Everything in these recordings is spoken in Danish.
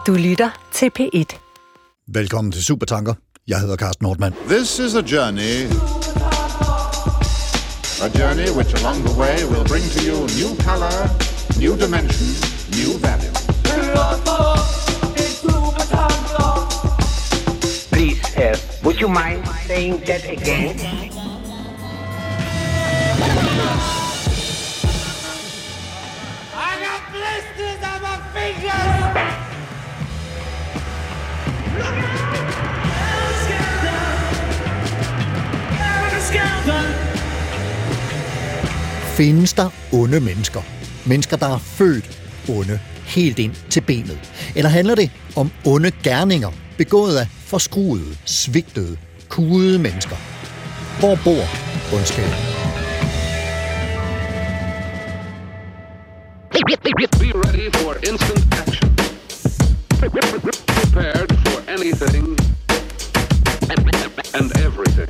Du lytter til P1. Velkommen til Supertanker. Jeg hedder Carsten Nordmann. This is a journey which along the way will bring to you new color, new dimension, new value. Please, would you mind saying that again? I got blisters on my fingers! Findes der onde mennesker? Mennesker, der er født onde, helt ind til benet? Eller handler det om onde gerninger, begået af forskruede, svigtede, kudede mennesker? Hvor bor ondskaben? Be ready for instant action. Prepared for anything and everything.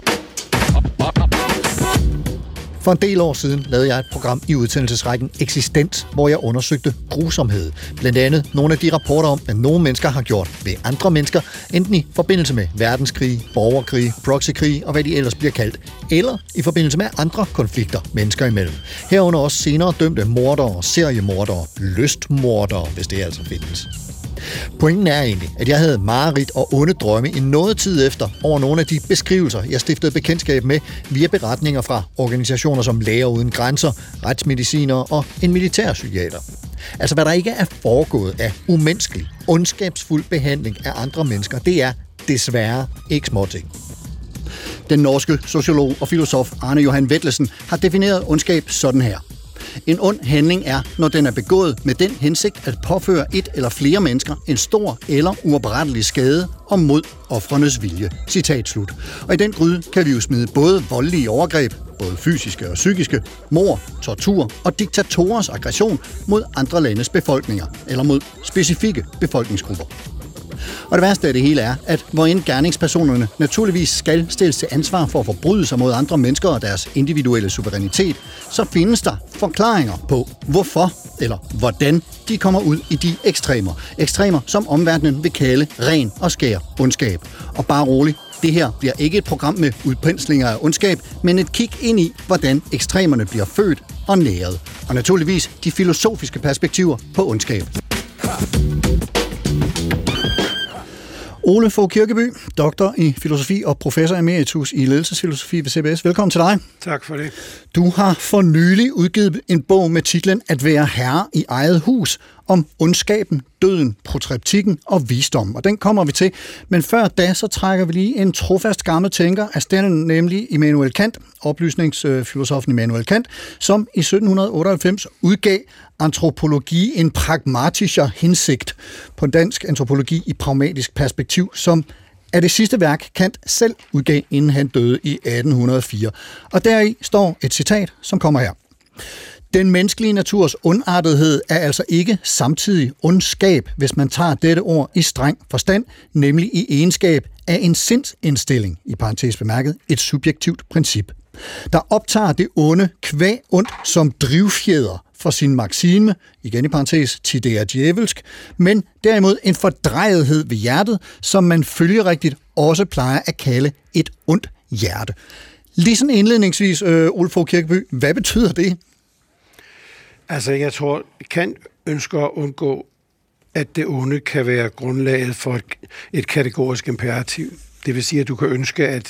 For en del år siden lavede jeg et program i udsendelsesrækken Eksistens, hvor jeg undersøgte grusomhed. Blandt andet nogle af de rapporter om, at nogle mennesker har gjort ved andre mennesker, enten i forbindelse med verdenskrig, borgerkrig, proxykrig og hvad de ellers bliver kaldt, eller i forbindelse med andre konflikter mennesker imellem. Herunder også senere dømte mordere, seriemordere, lystmordere, hvis det altså findes. Pointen er egentlig, at jeg havde mareridt og onde drømme i noget tid efter over nogle af de beskrivelser, jeg stiftede bekendtskab med via beretninger fra organisationer som Læger Uden Grænser, retsmedicinere og en militærpsykiater. Altså hvad der ikke er foregået af umenneskelig, ondskabsfuld behandling af andre mennesker, det er desværre ikke småting. Den norske sociolog og filosof Arne Johan Vetlesen har defineret ondskab sådan her. En ond handling er, når den er begået med den hensigt at påføre et eller flere mennesker en stor eller uoprettelig skade og mod ofrenes vilje. Citat slut. Og i den gryde kan vi jo smide både voldelige overgreb, både fysiske og psykiske, mord, tortur og diktatorers aggression mod andre landes befolkninger, eller mod specifikke befolkningsgrupper. Og det værste af det hele er, at hvorend gerningspersonerne naturligvis skal stilles til ansvar for at forbryde sig mod andre mennesker og deres individuelle suverænitet, så findes der forklaringer på, hvorfor eller hvordan de kommer ud i de ekstremer. Ekstremer, som omverdenen vil kalde ren og skær ondskab. Og bare rolig, det her bliver ikke et program med udpenslinger af ondskab, men et kig ind i, hvordan ekstremerne bliver født og næret. Og naturligvis de filosofiske perspektiver på ondskab. Ole Fogh Kirkeby, doktor i filosofi og professor emeritus i ledelsesfilosofi ved CBS. Velkommen til dig. Tak for det. Du har for nylig udgivet en bog med titlen At være herre i eget hus, om ondskaben, døden, protreptikken og visdom. Og den kommer vi til. Men før da, så trækker vi lige en trofast gammel tænker af standen, nemlig Immanuel Kant, oplysningsfilosofen Immanuel Kant, som i 1798 udgav Antropologie in pragmatischer Hinsicht, på dansk antropologi i pragmatisk perspektiv, som er det sidste værk, Kant selv udgav, inden han døde i 1804. Og deri står et citat, som kommer her. Den menneskelige naturs ondartethed er altså ikke samtidig ondskab, hvis man tager dette ord i streng forstand, nemlig i egenskab af en sindsindstilling, i parentes bemærket, et subjektivt princip, der optager det onde kvæg ondt som drivfjeder for sin maxime, igen i parentes, til det er djævelsk, men derimod en fordrejethed ved hjertet, som man følgerigtigt også plejer at kalde et ondt hjerte. Lige sådan indledningsvis, Ole Fogh Kirkeby, hvad betyder det? Altså, jeg tror, Kant ønsker at undgå, at det onde kan være grundlaget for et kategorisk imperativ. Det vil sige, at du kan ønske, at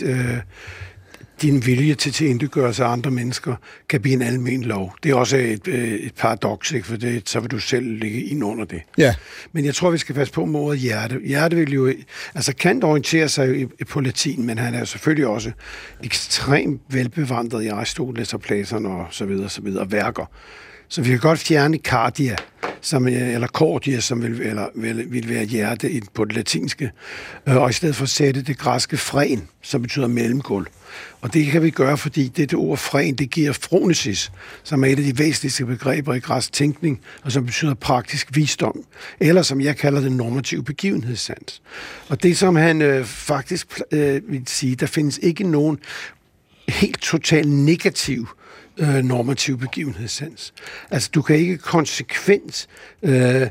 din vilje til tilintetgørelse af andre mennesker kan blive en almen lov. Det er også et paradoks, ikke? For det, så vil du selv ligge ind under det. Ja. Men jeg tror, vi skal passe på med ordet hjerte. Hjerte vil jo... Altså, Kant orienterer sig på latin, men han er selvfølgelig også ekstremt velbevandret i Aristoteles og Platon og så videre værker. Så vi kan godt fjerne cardia, eller cordia, som vil være hjerte på det latinske, og i stedet for sætte det græske fren, som betyder mellemgulv. Og det kan vi gøre, fordi det ord fren, det giver phronesis, som er et af de væsentligste begreber i græsk tænkning, og som betyder praktisk visdom, eller som jeg kalder det normativ begivenhedssans. Og det, som han faktisk vil sige, der findes ikke nogen helt totalt negativ normativ begivenhedssans. Altså, du kan ikke konsekvent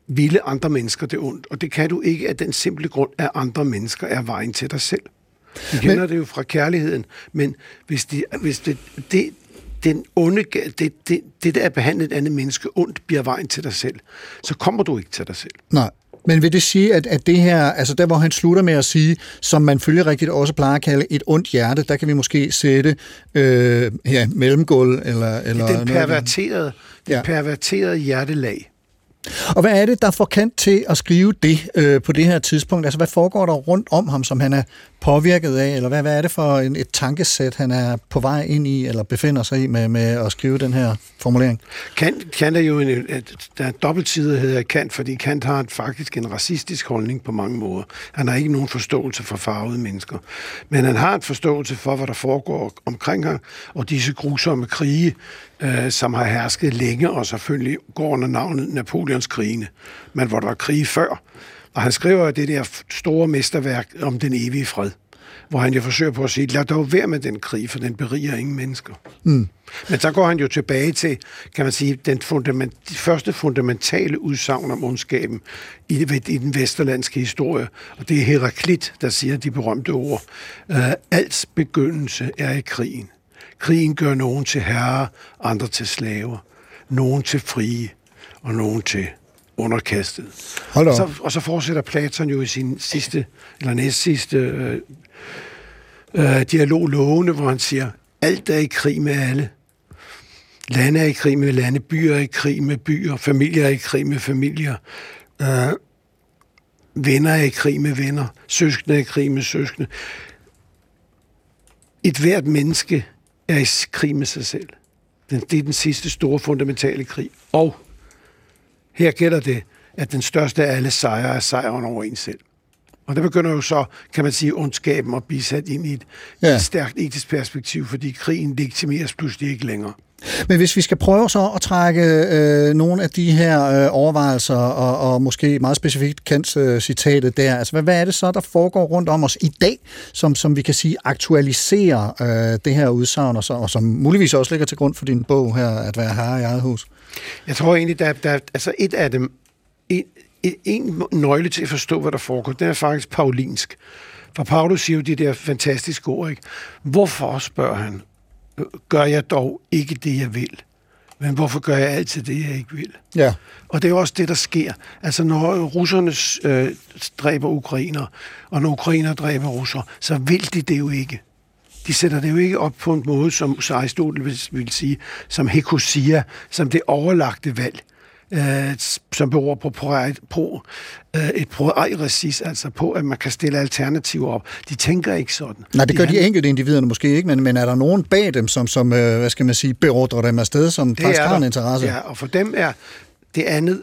ville andre mennesker det ondt. Og det kan du ikke af den simple grund, at andre mennesker er vejen til dig selv. Vi kender det jo fra kærligheden, men hvis den onde, det der er behandlet et andet menneske ondt, bliver vejen til dig selv, så kommer du ikke til dig selv. Nej. Men vil det sige, at det her, altså der hvor han slutter med at sige, som man følgerigtigt også plejer at kalde et ondt hjerte, der kan vi måske sætte mellemgulv eller det perverterede hjertelag. Og hvad er det, der får Kant til at skrive det på det her tidspunkt? Altså, hvad foregår der rundt om ham, som han er påvirket af? Eller hvad er det for et tankesæt, han er på vej ind i, eller befinder sig i med at skrive den her formulering? Kant er jo der er dobbeltsidighed af Kant, fordi Kant har faktisk en racistisk holdning på mange måder. Han har ikke nogen forståelse for farvede mennesker. Men han har en forståelse for, hvad der foregår omkring ham, og disse grusomme krige, som har hersket længe, og selvfølgelig går under navnet Napoleonskrigene, men hvor der var krige før. Og han skriver det der store mesterværk om den evige fred, hvor han jo forsøger på at sige, lad dog være med den krig, for den beriger ingen mennesker. Mm. Men så går han jo tilbage til, kan man sige, de første fundamentale udsagn om ondskaben i den vesterlandske historie, og det er Heraklit, der siger de berømte ord. Alts begyndelse er i krigen. Krigen gør nogen til herrer, andre til slaver, nogen til frie, og nogen til underkastet. Og så fortsætter Platon jo i sin sidste, eller næstsidste dialog lovende, hvor han siger, alt er i krig med alle. Lande er i krig med lande, byer er i krig med byer, familier er i krig med familier, venner er i krig med venner, søskende er i krig med søskende. Et hvert menneske er i krig med sig selv. Det er den sidste store fundamentale krig. Og her gælder det, at den største af alle sejre er sejren over en selv. Og der begynder jo så, kan man sige, ondskaben at blive sat ind i et stærkt etisk perspektiv, fordi krigen legitimeres pludselig ikke længere. Men hvis vi skal prøve så at trække nogle af de her overvejelser, og måske meget specifikt Kants citatet der, altså hvad er det så, der foregår rundt om os i dag, som vi kan sige aktualiserer det her udsagn, og som muligvis også ligger til grund for din bog her, At være herre i eget hus? Jeg tror egentlig, der altså et af dem, en nøgle til at forstå, hvad der foregår, den er faktisk paulinsk. For Paulus siger jo de der fantastiske ord, ikke? Hvorfor, spørger han, gør jeg dog ikke det, jeg vil? Men hvorfor gør jeg altid det, jeg ikke vil? Ja. Og det er jo også det, der sker. Altså, når russerne dræber ukrainer, og når ukrainer dræber russere, så vil de det jo ikke. De sætter det jo ikke op på en måde, som Aristoteles vil sige, som hekosia, som det overlagte valg, som beror på et proairesis, altså på, at man kan stille alternativer op. De tænker ikke sådan. Nej, det gør de enkelte individerne måske ikke, men er der nogen bag dem, som hvad skal man sige, beordrer dem afsted, som faktisk har en interesse? Ja, og for dem er det andet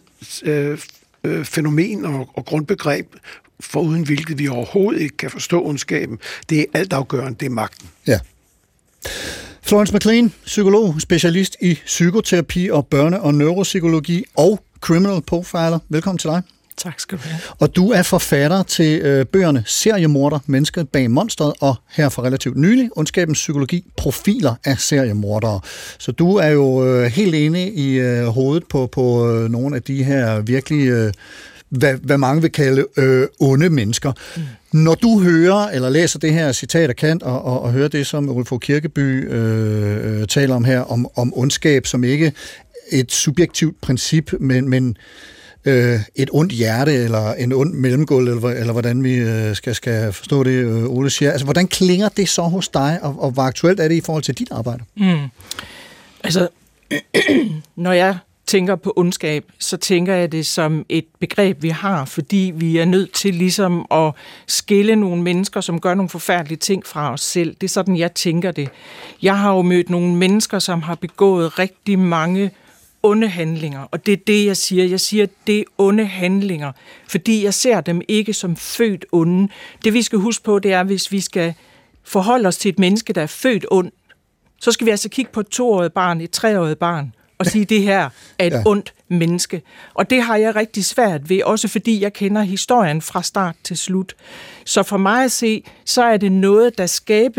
fænomen og grundbegreb, foruden hvilket vi overhovedet ikke kan forstå ondskaben, det er altafgørende, det er magten. Ja. Florence McLean, psykolog, specialist i psykoterapi og børne- og neuropsykologi og criminal profiler. Velkommen til dig. Tak skal du have. Og du er forfatter til bøgerne Seriemorder, Mennesket bag monstret, og her for relativt nylig, Ondskabens psykologi, profiler af seriemordere. Så du er jo helt inde i hovedet på nogle af de her virkelig hvad mange vil kalde onde mennesker. Mm. Når du hører eller læser det her citat af Kant, og hører det, som Ulf Kirkeby taler om her, om ondskab som ikke et subjektivt princip, men et ondt hjerte, eller en ond mellemgulv, eller hvordan vi skal forstå det, Ole siger. Altså, hvordan klinger det så hos dig, og hvor aktuelt er det i forhold til dit arbejde? Altså, når jeg tænker på ondskab, så tænker jeg det som et begreb, vi har, fordi vi er nødt til ligesom at skille nogle mennesker, som gør nogle forfærdelige ting fra os selv. Det er sådan, jeg tænker det. Jeg har jo mødt nogle mennesker, som har begået rigtig mange onde handlinger, og det er det, jeg siger. Jeg siger, det er onde handlinger, fordi jeg ser dem ikke som født onde. Det, vi skal huske på, det er, hvis vi skal forholde os til et menneske, der er født ond, så skal vi altså kigge på et 2-årigt barn, et 3-årigt barn, og sige, at det her er et ondt menneske. Og det har jeg rigtig svært ved, også fordi jeg kender historien fra start til slut. Så for mig at se, så er det noget, der skabes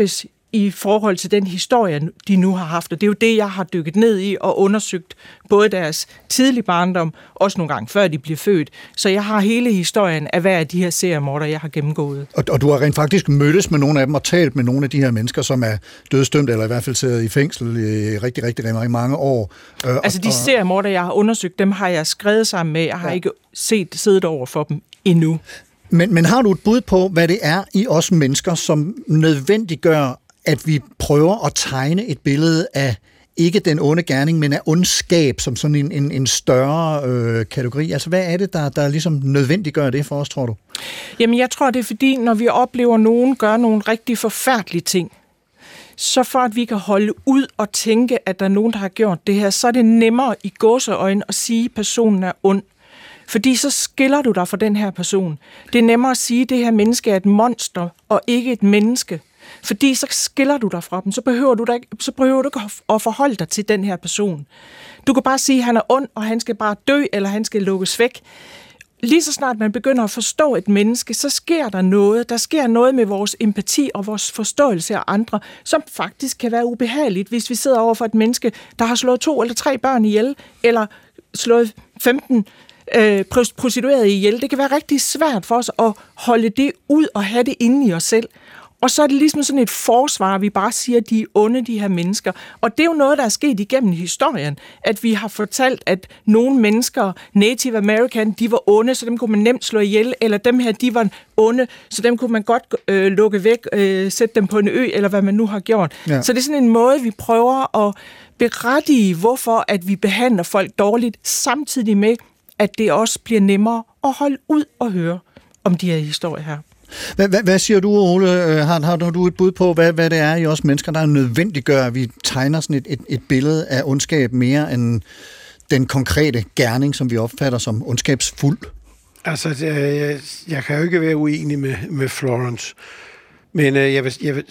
i forhold til den historie, de nu har haft. Og det er jo det, jeg har dykket ned i og undersøgt både deres tidlige barndom, også nogle gange før de bliver født. Så jeg har hele historien af hver af de her seriemordere, jeg har gennemgået. Og du har rent faktisk mødtes med nogle af dem og talt med nogle af de her mennesker, som er dødsdømt, eller i hvert fald siddet i fængsel i rigtig mange år. Altså de seriemordere, jeg har undersøgt, dem har jeg skrevet sammen med. Jeg har ikke siddet over for dem endnu. Men har du et bud på, hvad det er i os mennesker, som nødvendiggør, at vi prøver at tegne et billede af ikke den onde gerning, men af ondskab som sådan en større kategori? Altså, hvad er det, der ligesom nødvendiggør det for os, tror du? Jamen, jeg tror, det er fordi, når vi oplever nogen gøre nogle rigtig forfærdelige ting, så for at vi kan holde ud og tænke, at der er nogen, der har gjort det her, så er det nemmere i gåseøjne at sige, at personen er ond. Fordi så skiller du dig fra den her person. Det er nemmere at sige, at det her menneske er et monster og ikke et menneske. Fordi så skiller du dig fra dem, så behøver du ikke at forholde dig til den her person. Du kan bare sige, at han er ond, og han skal bare dø, eller han skal lukkes væk. Lige så snart man begynder at forstå et menneske, så sker der noget. Der sker noget med vores empati og vores forståelse af andre, som faktisk kan være ubehageligt, hvis vi sidder over for et menneske, der har slået 2 eller 3 børn ihjel, eller slået 15 prostituerede ihjel. Det kan være rigtig svært for os at holde det ud og have det inde i os selv. Og så er det ligesom sådan et forsvar, vi bare siger, at de er onde, de her mennesker. Og det er jo noget, der er sket igennem historien, at vi har fortalt, at nogle mennesker, Native American, de var onde, så dem kunne man nemt slå ihjel, eller dem her, de var onde, så dem kunne man godt lukke væk, sætte dem på en ø, eller hvad man nu har gjort. Ja. Så det er sådan en måde, vi prøver at berettige, hvorfor at vi behandler folk dårligt, samtidig med, at det også bliver nemmere at holde ud og høre om de her historier her. Hvad siger du, Ole? Har du et bud på, hvad det er i os mennesker, der nødvendiggør, at vi tegner sådan et billede af ondskab mere end den konkrete gerning, som vi opfatter som ondskabsfuld? Altså, jeg kan jo ikke være uenig med Florence, men jeg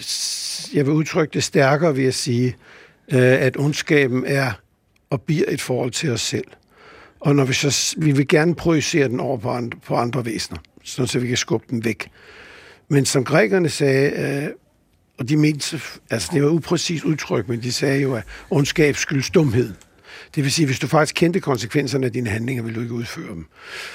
vil udtrykke det stærkere ved at sige, at ondskaben er og bliver et forhold til os selv. Og når vi vil gerne projicere den over på andre væsener, så vi kan skubbe dem væk. Men som grækerne sagde, og de mente, altså det var upræcist udtryk, men de sagde jo, at ondskab skyldes dumhed. Det vil sige, hvis du faktisk kendte konsekvenserne af dine handlinger, vil du ikke udføre dem.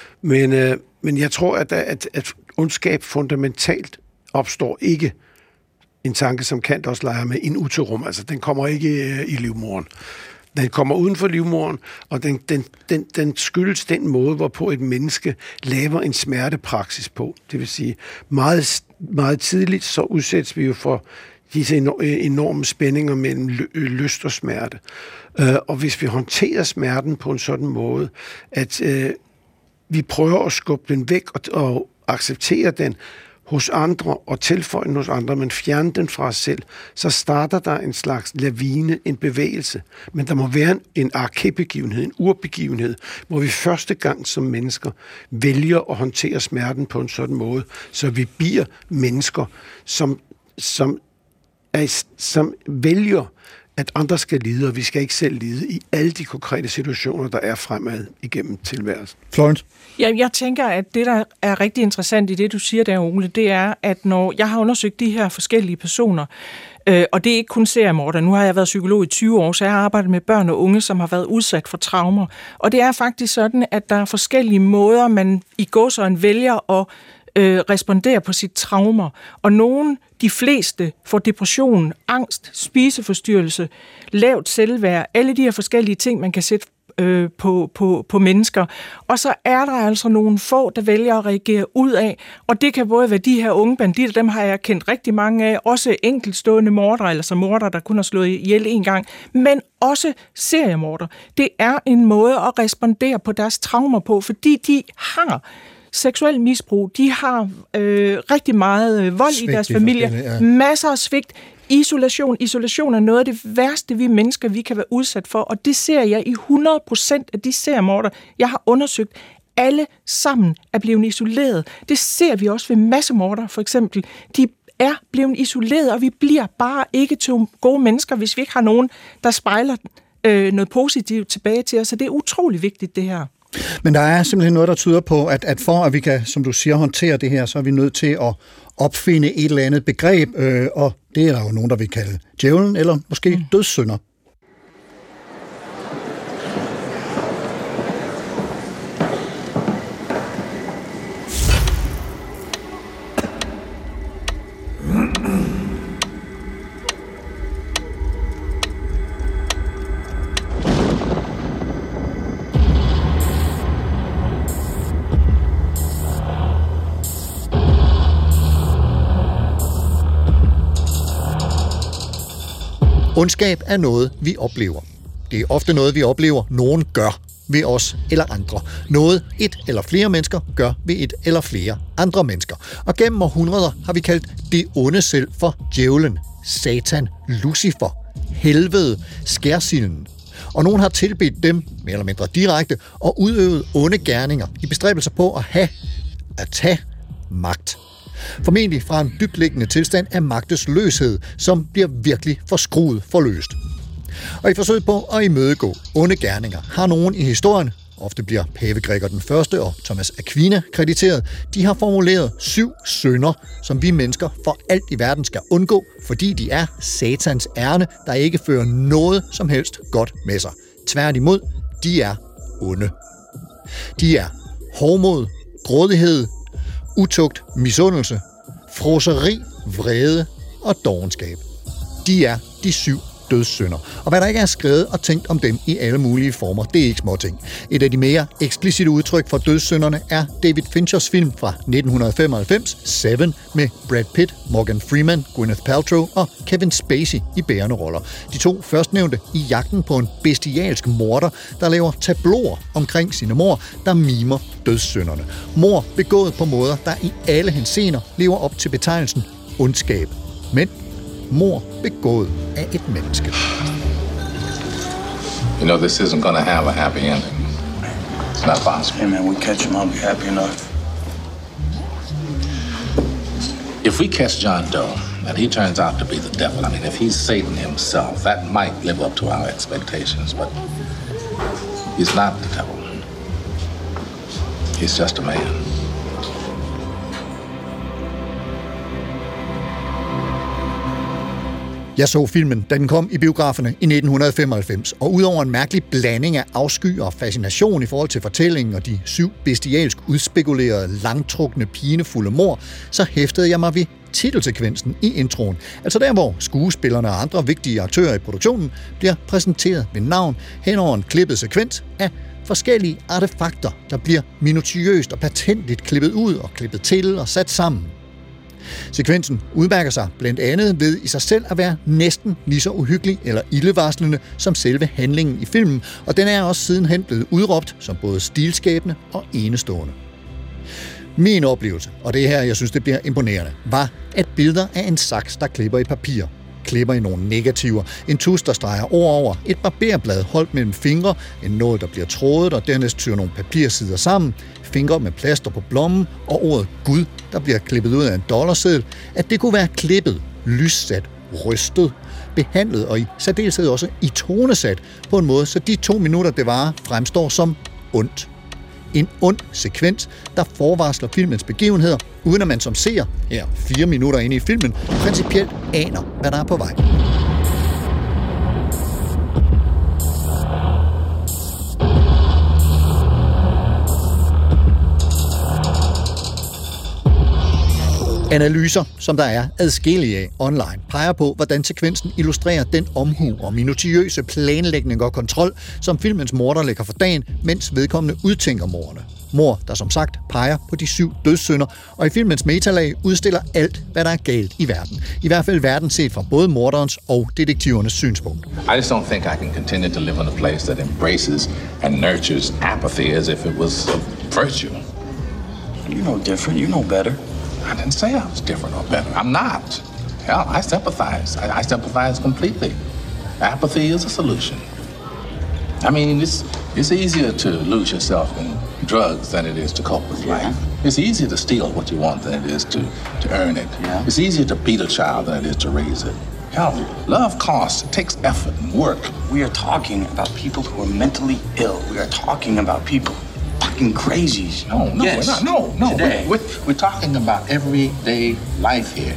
Men jeg tror, at ondskab fundamentalt opstår ikke en tanke, som Kant også leger med, in uterum. Altså, den kommer ikke i livmoderen. Den kommer uden for livmoderen, og den skyldes den måde, hvorpå et menneske laver en smertepraksis på. Det vil sige, meget, meget tidligt så udsættes vi jo for disse enorme spændinger mellem lyst og smerte. Og hvis vi håndterer smerten på en sådan måde, at vi prøver at skubbe den væk og acceptere den hos andre og tilføje den hos andre, men fjerne den fra os selv, så starter der en slags lavine, en bevægelse. Men der må være en arkebegivenhed, en urbegivenhed, hvor vi første gang som mennesker vælger at håndtere smerten på en sådan måde, så vi bliver mennesker, som vælger, at andre skal lide, og vi skal ikke selv lide i alle de konkrete situationer, der er fremad igennem tilværelsen. Florence? Ja, jeg tænker, at det, der er rigtig interessant i det, du siger der, Ole, det er, at når jeg har undersøgt de her forskellige personer, og det er ikke kun seriemordere. Nu har jeg været psykolog i 20 år, så jeg har arbejdet med børn og unge, som har været udsat for traumer. Og det er faktisk sådan, at der er forskellige måder, man i gåseøjne vælger at respondere på sit traumer. Og de fleste får depression, angst, spiseforstyrrelse, lavt selvværd, alle de her forskellige ting, man kan sætte på mennesker. Og så er der altså nogle få, der vælger at reagere ud af, og det kan både være de her unge banditter, dem har jeg kendt rigtig mange af, også enkeltstående mordere, eller så mordere, der kun har slået ihjel en gang, men også seriemordere. Det er en måde at respondere på deres traumer på, fordi de har seksuel misbrug, de har rigtig meget vold svigt i deres familie, masser af svigt, isolation er noget af det værste, vi mennesker vi kan være udsat for, og det ser jeg i 100% af de seriemordere, jeg har undersøgt. Alle sammen er blevet isoleret. Det ser vi også ved massemordere, for eksempel. De er blevet isoleret, og vi bliver bare ikke til gode mennesker, hvis vi ikke har nogen, der spejler noget positivt tilbage til os. Så det er utrolig vigtigt, det her. Men der er simpelthen noget, der tyder på, at for at vi kan, som du siger, håndtere det her, så er vi nødt til at opfinde et eller andet begreb, og det er der jo nogen, der vil kalde djævlen, eller måske dødssynder. Ondskab er noget, vi oplever. Det er ofte noget, vi oplever, nogen gør ved os eller andre. Noget et eller flere mennesker gør ved et eller flere andre mennesker. Og gennem århundreder har vi kaldt det onde selv for djævlen, Satan, Lucifer, helvede, skærsilden. Og nogen har tilbedt dem, mere eller mindre direkte, og udøvet onde gerninger i bestræbelser på at tage magt. Formentlig fra en dybtliggende tilstand af magtesløshed, som bliver virkelig forskruet forløst. Og i forsøget på at imødegå onde gerninger har nogen i historien, ofte bliver pave Gregor den Første og Thomas Aquina krediteret, de har formuleret 7 synder, som vi mennesker for alt i verden skal undgå, fordi de er satans ærne, der ikke fører noget som helst godt med sig. Tværtimod, de er onde. De er hovmod, grådighed, utugt, misundelse, fråseri, vrede og dovenskab. De er de 7 dødssynder. Og hvad der ikke er skrevet og tænkt om dem i alle mulige former, det er ikke småting. Et af de mere eksplicite udtryk for dødssynderne er David Finchers film fra 1995, Seven, med Brad Pitt, Morgan Freeman, Gwyneth Paltrow og Kevin Spacey i bærende roller. De 2 førstnævnte i jagten på en bestialsk morder, der laver tabloer omkring sine mord, der mimer dødssynderne. Mord begået på måder, der i alle henseender lever op til betegnelsen ondskab. Men mord begået af et menneske. You know, this isn't gonna have a happy ending. It's not possible. Hey man, we catch him, I'll be happy enough. If we catch John Doe and he turns out to be the devil, I mean, if he's Satan himself, that might live up to our expectations, but he's not the devil. He's just a man. Jeg så filmen, da den kom i biograferne i 1995, og udover en mærkelig blanding af afsky og fascination i forhold til fortællingen og de 7 bestialsk udspekulerede, langtrukne, pinefulde mord, så hæftede jeg mig ved titelsekvensen i introen. Altså der, hvor skuespillerne og andre vigtige aktører i produktionen bliver præsenteret ved navn hen over en klippet sekvens af forskellige artefakter, der bliver minutiøst og patentligt klippet ud og klippet til og sat sammen. Sekvensen udmærker sig blandt andet ved i sig selv at være næsten lige så uhyggelig eller ildevarslende som selve handlingen i filmen, og den er også sidenhen blevet udråbt som både stilskabende og enestående. Min oplevelse, og det er her, jeg synes, det bliver imponerende, var, at billeder af en saks, der klipper i papir, klipper i nogle negativer, en tus, der streger ord over, et barberblad holdt mellem fingre, en nål, der bliver trådet, og dernæst tyrer nogle papirsider sammen, fingre med plaster på blommen, og ordet Gud, der bliver klippet ud af en dollarseddel, at det kunne være klippet, lyssat, rystet, behandlet og i særdeleshed også i tonesat på en måde, så de 2 minutter, det varer, fremstår som ondt. En ond sekvens, der forvarsler filmens begivenheder, uden at man som seer, her 4 minutter inde i filmen, principielt aner, hvad der er på vej. Analyser, som der er adskillige af online, peger på, hvordan sekvensen illustrerer den omhu og minutiøse planlægning og kontrol, som filmens morder lægger for dagen, mens vedkommende udtænker mordene. Mord, der som sagt peger på de 7 dødssynder, og i filmens metalag udstiller alt, hvad der er galt i verden. I hvert fald verden set fra både morderens og detektivernes synspunkt. I just don't think I can continue to live in a place that embraces and nurtures apathy as if it was a virtue. You know different, you know better. I didn't say I was different or better. I'm not. Hell, I sympathize. I sympathize completely. Apathy is a solution. I mean, it's easier to lose yourself in drugs than it is to cope with life. It's easier to steal what you want than it is to earn it. Yeah. It's easier to beat a child than it is to raise it. Hell, love costs. It takes effort and work. We are talking about people who are mentally ill. We are talking about people fucking crazies. No, Yes. no. Today. We're talking about everyday life here.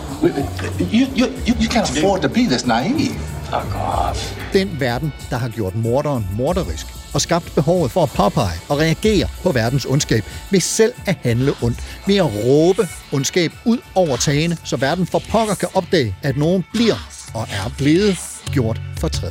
You can't afford to be this naive. Fuck off. Den verden, der har gjort morderen morderisk og skabt behovet for at påpege og reagere på verdens ondskab ved selv at handle ondt, ved at råbe ondskab ud over tagene, så verden for pokker kan opdage, at nogen bliver og er blevet gjort fortræd.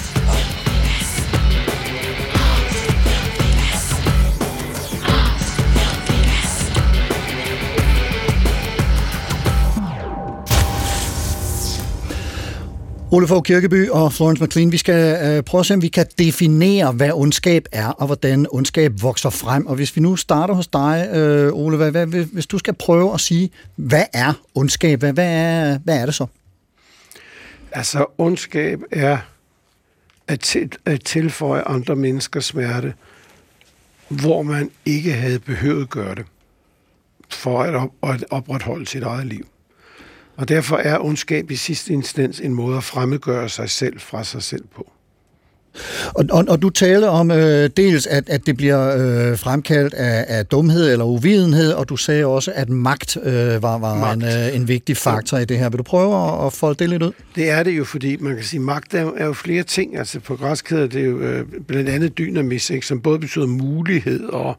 Ole Fogh Kirkeby og Florence McLean, vi skal prøve at se, om vi kan definere, hvad ondskab er, og hvordan ondskab vokser frem. Og hvis vi nu starter hos dig, Ole, hvis du skal prøve at sige, hvad er ondskab? Hvad er det så? Altså, ondskab er at tilføje andre menneskers smerte, hvor man ikke havde behøvet at gøre det, for at opretholde sit eget liv. Og derfor er ondskab i sidste instans en måde at fremmedgøre sig selv fra sig selv på. Og du taler om dels, at det bliver fremkaldt af dumhed eller uvidenhed, og du sagde også, at magt var en vigtig faktor i det her. Vil du prøve at folde det lidt ud? Det er det jo, fordi man kan sige, at magt er jo flere ting. Altså på græsk hedder det jo blandt andet dynamis, ikke, som både betyder mulighed og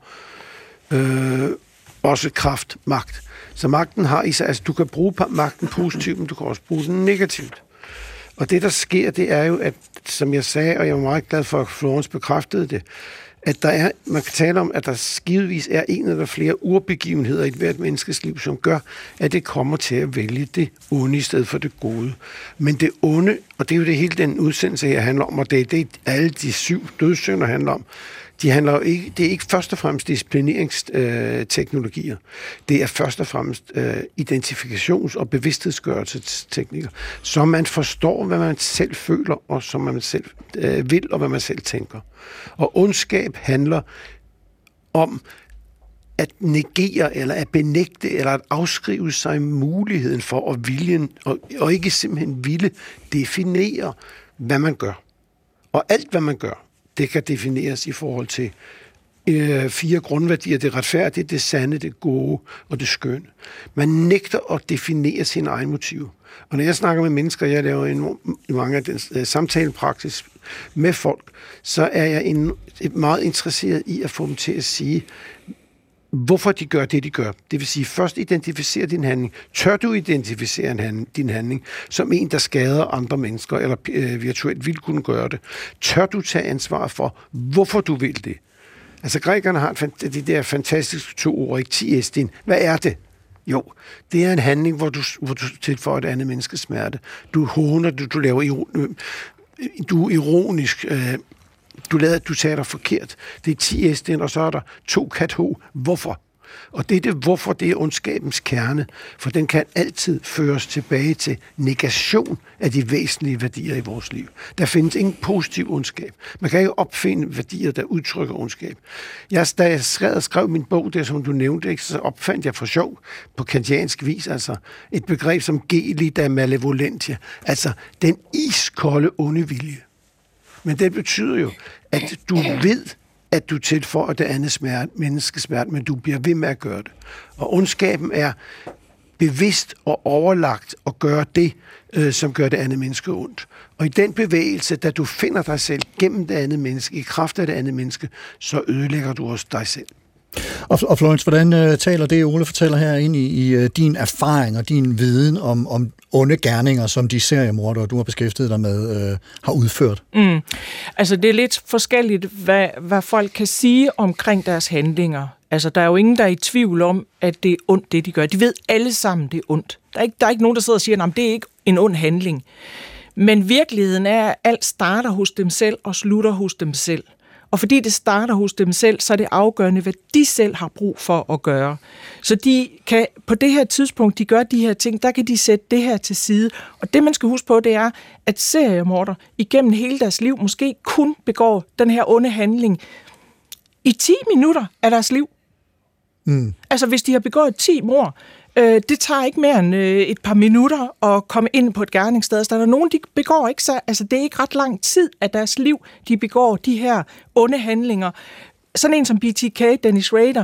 også kraft, magt. Så magten har i sig, altså du kan bruge magten positivt, men du kan også bruge den negativt. Og det, der sker, det er jo, at, som jeg sagde, og jeg var meget glad for, at Florence bekræftede det, at man kan tale om, at der givetvis er en eller flere urbegivenheder i et hvert menneskes liv, som gør, at det kommer til at vælge det onde i stedet for det gode. Men det onde, og det er jo det hele den udsendelse her handler om, og det er det, alle de 7 dødssynder handler om, det er ikke først og fremmest disciplineringsteknologier. Det er først og fremmest identifikations- og bevidsthedsgørelsesteknikker, så man forstår, hvad man selv føler, og som man selv vil, og hvad man selv tænker. Og ondskab handler om at negere, eller at benægte, eller at afskrive sig muligheden for at viljen, og ikke simpelthen ville definere, hvad man gør. Og alt, hvad man gør, det kan defineres i forhold til 4 grundværdier. Det retfærdige, det sande, det gode og det skønne. Man nægter at definere sine egne motiver. Og når jeg snakker med mennesker, jeg laver mange af den samtalepraksis med folk, så er jeg meget interesseret i at få dem til at sige, hvorfor de gør det, de gør. Det vil sige, først identificere din handling. Tør du identificere din handling som en, der skader andre mennesker, eller virtuelt vil kunne gøre det? Tør du tage ansvar for, hvorfor du vil det? Altså, grækerne har de der fantastiske 2 ord, ikke? Tiestin. Hvad er det? Jo, det er en handling, hvor du tilføjer et andet menneskes smerte. Du håner, du laver du er ironisk, du tager dig forkert. Det er 10 og så er der 2 kato. Hvorfor? Og det hvorfor, det er ondskabens kerne, for den kan altid føres tilbage til negation af de væsentlige værdier i vores liv. Der findes ingen positiv ondskab. Man kan ikke opfinde værdier, der udtrykker ondskab. Da jeg skrev min bog, der som du nævnte, så opfandt jeg for sjov på kantiansk vis, altså et begreb som gelida malevolentia, altså den iskolde onde vilje. Men det betyder jo, at du ved, at du tilføjer det andet menneskesmerte, men du bliver ved med at gøre det. Og ondskaben er bevidst og overlagt at gøre det, som gør det andet menneske ondt. Og i den bevægelse, da du finder dig selv gennem det andet menneske, i kraft af det andet menneske, så ødelægger du også dig selv. Og Florence, hvordan taler det, Ole fortæller her ind i din erfaring og din viden om onde gerninger, som de seriemordere, du har beskæftiget dig med, har udført? Altså, det er lidt forskelligt, hvad folk kan sige omkring deres handlinger. Altså, der er jo ingen, der er i tvivl om, at det er ondt, det de gør. De ved alle sammen, det er ondt. Der er ikke nogen, der sidder og siger, at det er ikke en ond handling. Men virkeligheden er, at alt starter hos dem selv og slutter hos dem selv. Og fordi det starter hos dem selv, så er det afgørende, hvad de selv har brug for at gøre. Så de kan på det her tidspunkt, de gør de her ting, der kan de sætte det her til side. Og det, man skal huske på, det er, at seriemordere igennem hele deres liv måske kun begår den her onde handling i 10 minutter af deres liv. Altså, hvis de har begået 10 mord, det tager ikke mere end et par minutter at komme ind på et gerningssted. Så der er nogen, de begår ikke så, altså det er ikke ret lang tid af deres liv, de begår de her onde handlinger. sådan en som BTK, Dennis Rader,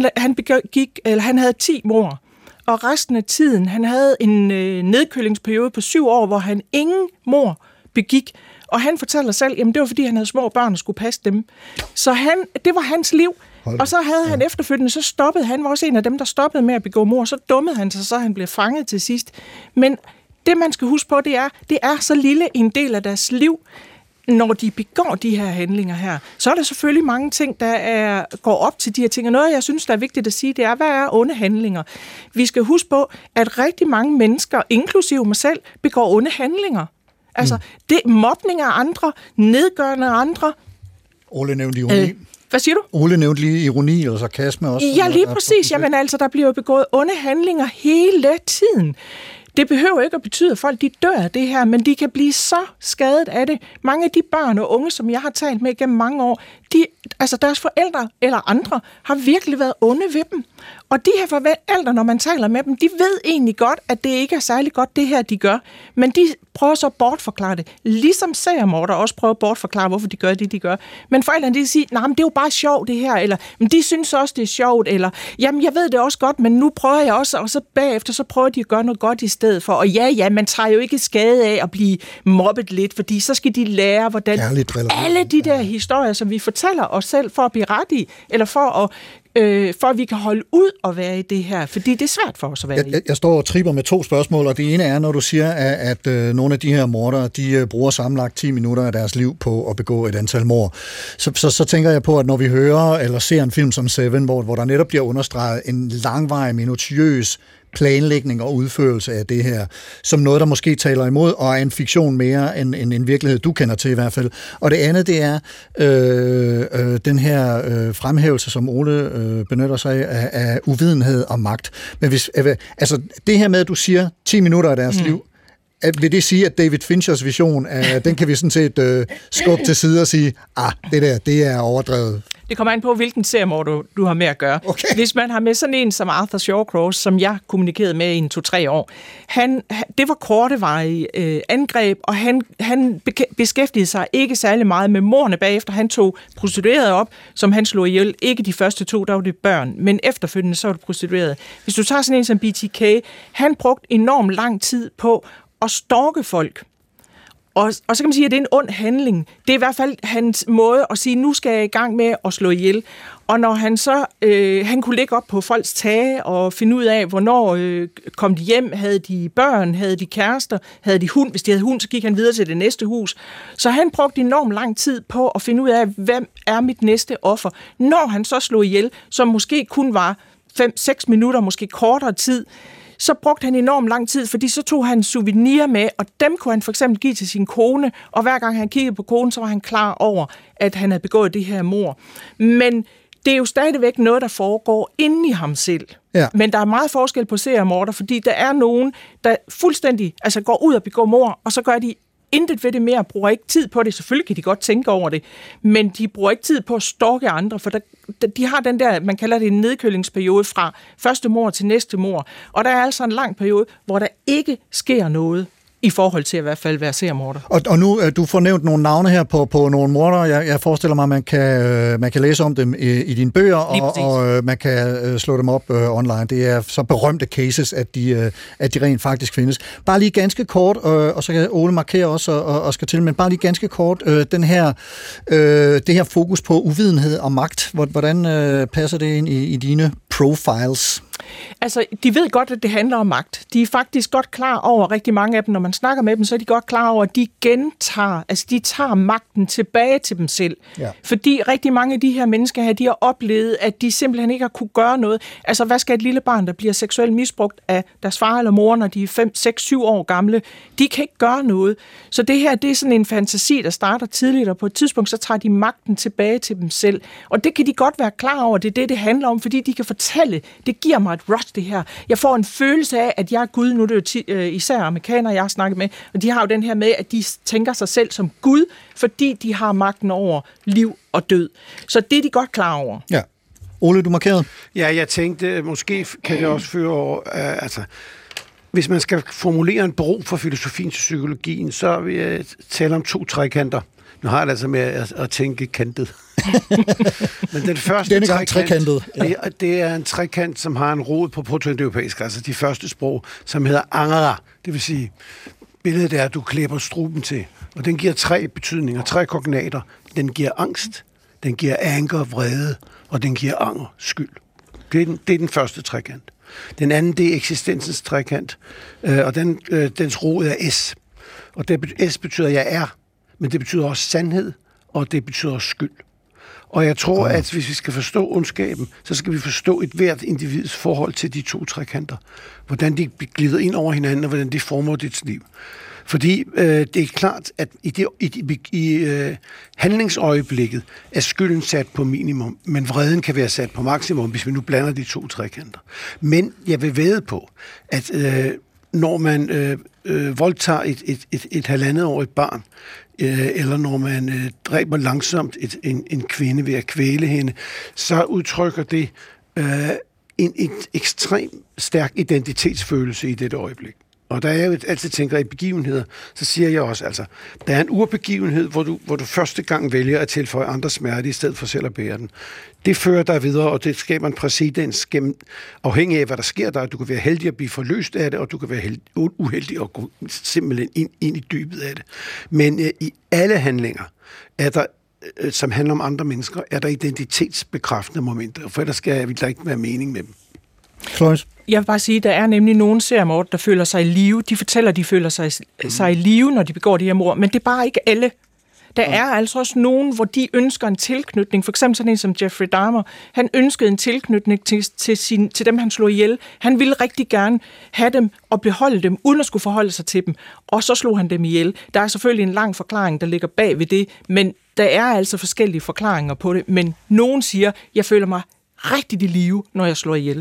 han havde 10 mord. Og resten af tiden, han havde en nedkølingsperiode på 7 år, hvor han ingen mord begik. Og han fortæller selv, jamen det var fordi, han havde små børn og skulle passe dem. Så det var hans liv. Og så havde han efterfølgende, så stoppede han, var også en af dem, der stoppede med at begå mord. Så dummede han sig, så han blev fanget til sidst. Men det, man skal huske på, det er så lille en del af deres liv, når de begår de her handlinger her. Så er der selvfølgelig mange ting, der går op til de her ting. Og noget, jeg synes, der er vigtigt at sige, det er, hvad er onde handlinger? Vi skal huske på, at rigtig mange mennesker, inklusive mig selv, begår onde handlinger. Altså, det er mobning af andre, nedgørende af andre. Ole nævnte ironi. Hvad siger du? Ole nævnte lige ironi og sarkasme også. Ja, lige præcis. Jamen altså, der bliver begået onde handlinger hele tiden. Det behøver ikke at betyde, at folk de dør af det her, men de kan blive så skadet af det. Mange af de børn og unge, som jeg har talt med gennem mange år, deres forældre eller andre har virkelig været onde ved dem. Og de her forældre, når man taler med dem, de ved egentlig godt, at det ikke er særlig godt, det her, de gør. Men de prøver så at bortforklare det. Ligesom seriemordere også prøver at bortforklare, hvorfor de gør det, de gør. Men forældrene, de siger, nej, men det er jo bare sjovt, det her. Eller, men de synes også, det er sjovt. Eller, jamen, jeg ved det også godt, men nu prøver jeg også. Og så bagefter, så prøver de at gøre noget godt i stedet for. Og ja, man tager jo ikke skade af at blive mobbet lidt, fordi så skal de lære, hvordan alle de der historier, som vi fortæller os selv for at blive ret i, eller for at vi kan holde ud og være i det her, fordi det er svært for os at være i. Jeg står og tripper med 2 spørgsmål, og det ene er, når du siger, at nogle af de her mordere, de bruger sammenlagt 10 minutter af deres liv på at begå et antal mord. Så tænker jeg på, at når vi hører eller ser en film som Seven, hvor der netop bliver understreget en langvarig, minutiøs planlægning og udførelse af det her, som noget, der måske taler imod, og er en fiktion mere end en virkelighed, du kender til i hvert fald. Og det andet, det er den her fremhævelse, som Ole benytter sig af uvidenhed og magt. Men altså det her med, at du siger 10 minutter af deres liv, vil det sige, at David Finchers vision, den kan vi sådan set skubbe til side og sige, det er overdrevet? Det kommer an på, hvilken seriemord du har med at gøre. Okay. Hvis man har med sådan en som Arthur Shawcross, som jeg kommunikerede med i 2-3 år, det var kortevarige angreb, og han beskæftigede sig ikke særlig meget med mordene bagefter. Han tog prostituerede op, som han slog ihjel. Ikke de første 2, der var det børn, men efterfølgende så var det prostituerede. Hvis du tager sådan en som BTK, han brugte enormt lang tid på at stalke folk. Og så kan man sige, at det er en ond handling. Det er i hvert fald hans måde at sige, nu skal jeg i gang med at slå ihjel. Og når han så, han kunne ligge op på folks tage og finde ud af, hvornår kom de hjem, havde de børn, havde de kærester, havde de hund. Hvis de havde hund, så gik han videre til det næste hus. Så han brugte enormt lang tid på at finde ud af, hvem er mit næste offer. Når han så slog ihjel, som måske kun var 5-6 minutter, måske kortere tid, så brugte han enormt lang tid, fordi så tog han souvenir med, og dem kunne han for eksempel give til sin kone, og hver gang han kiggede på konen, så var han klar over, at han havde begået det her mord. Men det er jo stadigvæk noget, der foregår inde i ham selv. Ja. Men der er meget forskel på seriemorder, fordi der er nogen, der fuldstændig går ud og begår mord, og så gør de intet ved det mere, bruger ikke tid på det. Selvfølgelig kan de godt tænke over det, men de bruger ikke tid på at stalke andre, for de har den der, man kalder det en nedkølingsperiode fra første mord til næste mord. Og der er altså en lang periode, hvor der ikke sker noget i forhold til at i hvert fald være seriemorder. Og nu, du får nævnt nogle navne her på nogle mordere. Jeg forestiller mig, at man kan læse om dem i dine bøger, og man kan slå dem op online. Det er så berømte cases, at de rent faktisk findes. Bare lige ganske kort, og så kan Ole markere også og skal til, men bare lige ganske kort, det her fokus på uvidenhed og magt. Hvordan passer det ind i dine profiles? Altså, de ved godt, at det handler om magt. De er faktisk godt klar over, rigtig mange af dem, når man snakker med dem, så er de godt klar over, at de de tager magten tilbage til dem selv. Ja. Fordi rigtig mange af de her mennesker her, de har oplevet, at de simpelthen ikke har kunne gøre noget. Altså, hvad skal et lille barn, der bliver seksuelt misbrugt af deres far eller mor, når de er 5, 6, 7 år gamle? De kan ikke gøre noget. Så det her, det er sådan en fantasi, der starter tidligt, og på et tidspunkt, så tager de magten tilbage til dem selv. Og det kan de godt være klar over, det er det handler om, fordi de kan fortælle, det giver mig et rush, det her. Jeg får en følelse af, at jeg er Gud. Nu er det jo især amerikanere, jeg har snakket med, og de har jo den her med, at de tænker sig selv som Gud, fordi de har magten over liv og død. Så det er de godt klar over. Ja. Ole, du markerede? Ja, jeg tænkte, måske kan det også føre over, hvis man skal formulere en bro fra filosofien til psykologien, så vil jeg tale om 2 trekanter. Nu har jeg det altså med at tænke kantet. Men den første trekantet. Det er en trekant, som har en rod på protoindoeuropæisk, altså de første sprog, som hedder angara. Det vil sige, billedet er, at du klipper struben til. Og den giver 3 betydninger, 3 kognater. Den giver angst, den giver anger, vrede, og den giver anger, skyld. Det er den første trekant. Den anden, det er eksistensens trekant, og dens rod er S. Og S betyder, jeg er, men det betyder også sandhed, og det betyder også skyld. Og jeg tror, at hvis vi skal forstå ondskaben, så skal vi forstå et hvert individs forhold til de 2 trekanter. Hvordan de glider ind over hinanden, og hvordan de former dit liv. Fordi det er klart, at i handlingsøjeblikket er skylden sat på minimum, men vreden kan være sat på maksimum, hvis vi nu blander de 2 trekanter. Men jeg vil vædde på, at når man voldtager et halvandetårigt barn, eller når man dræber langsomt en kvinde ved at kvæle hende, så udtrykker det en ekstrem stærk identitetsfølelse i dette øjeblik. Og da jeg altid tænker i begivenheder, så siger jeg også, altså, der er en urbegivenhed, hvor du første gang vælger at tilføje andre smerte, i stedet for selv at bære den. Det fører dig videre, og det skaber en præcedens gennem, afhængig af, hvad der sker der. Du kan være heldig at blive forløst af det, og du kan være uheldig at gå simpelthen ind i dybet af det. Men i alle handlinger er der, som handler om andre mennesker, er der identitetsbekræftende momenter, for ellers vil der ikke være mening med dem. Flores? Jeg vil bare sige, at der er nemlig nogle seriemord, der føler sig i live. De fortæller, at de føler sig i live, når de begår de her mord, men det er bare ikke alle. Der er altså også nogen, hvor de ønsker en tilknytning. For eksempel sådan en som Jeffrey Dahmer. Han ønskede en tilknytning til dem, han slog ihjel. Han ville rigtig gerne have dem og beholde dem, uden at skulle forholde sig til dem. Og så slog han dem ihjel. Der er selvfølgelig en lang forklaring, der ligger bag ved det, men der er altså forskellige forklaringer på det. Men nogen siger, jeg føler mig rigtig i live, når jeg slår ihjel.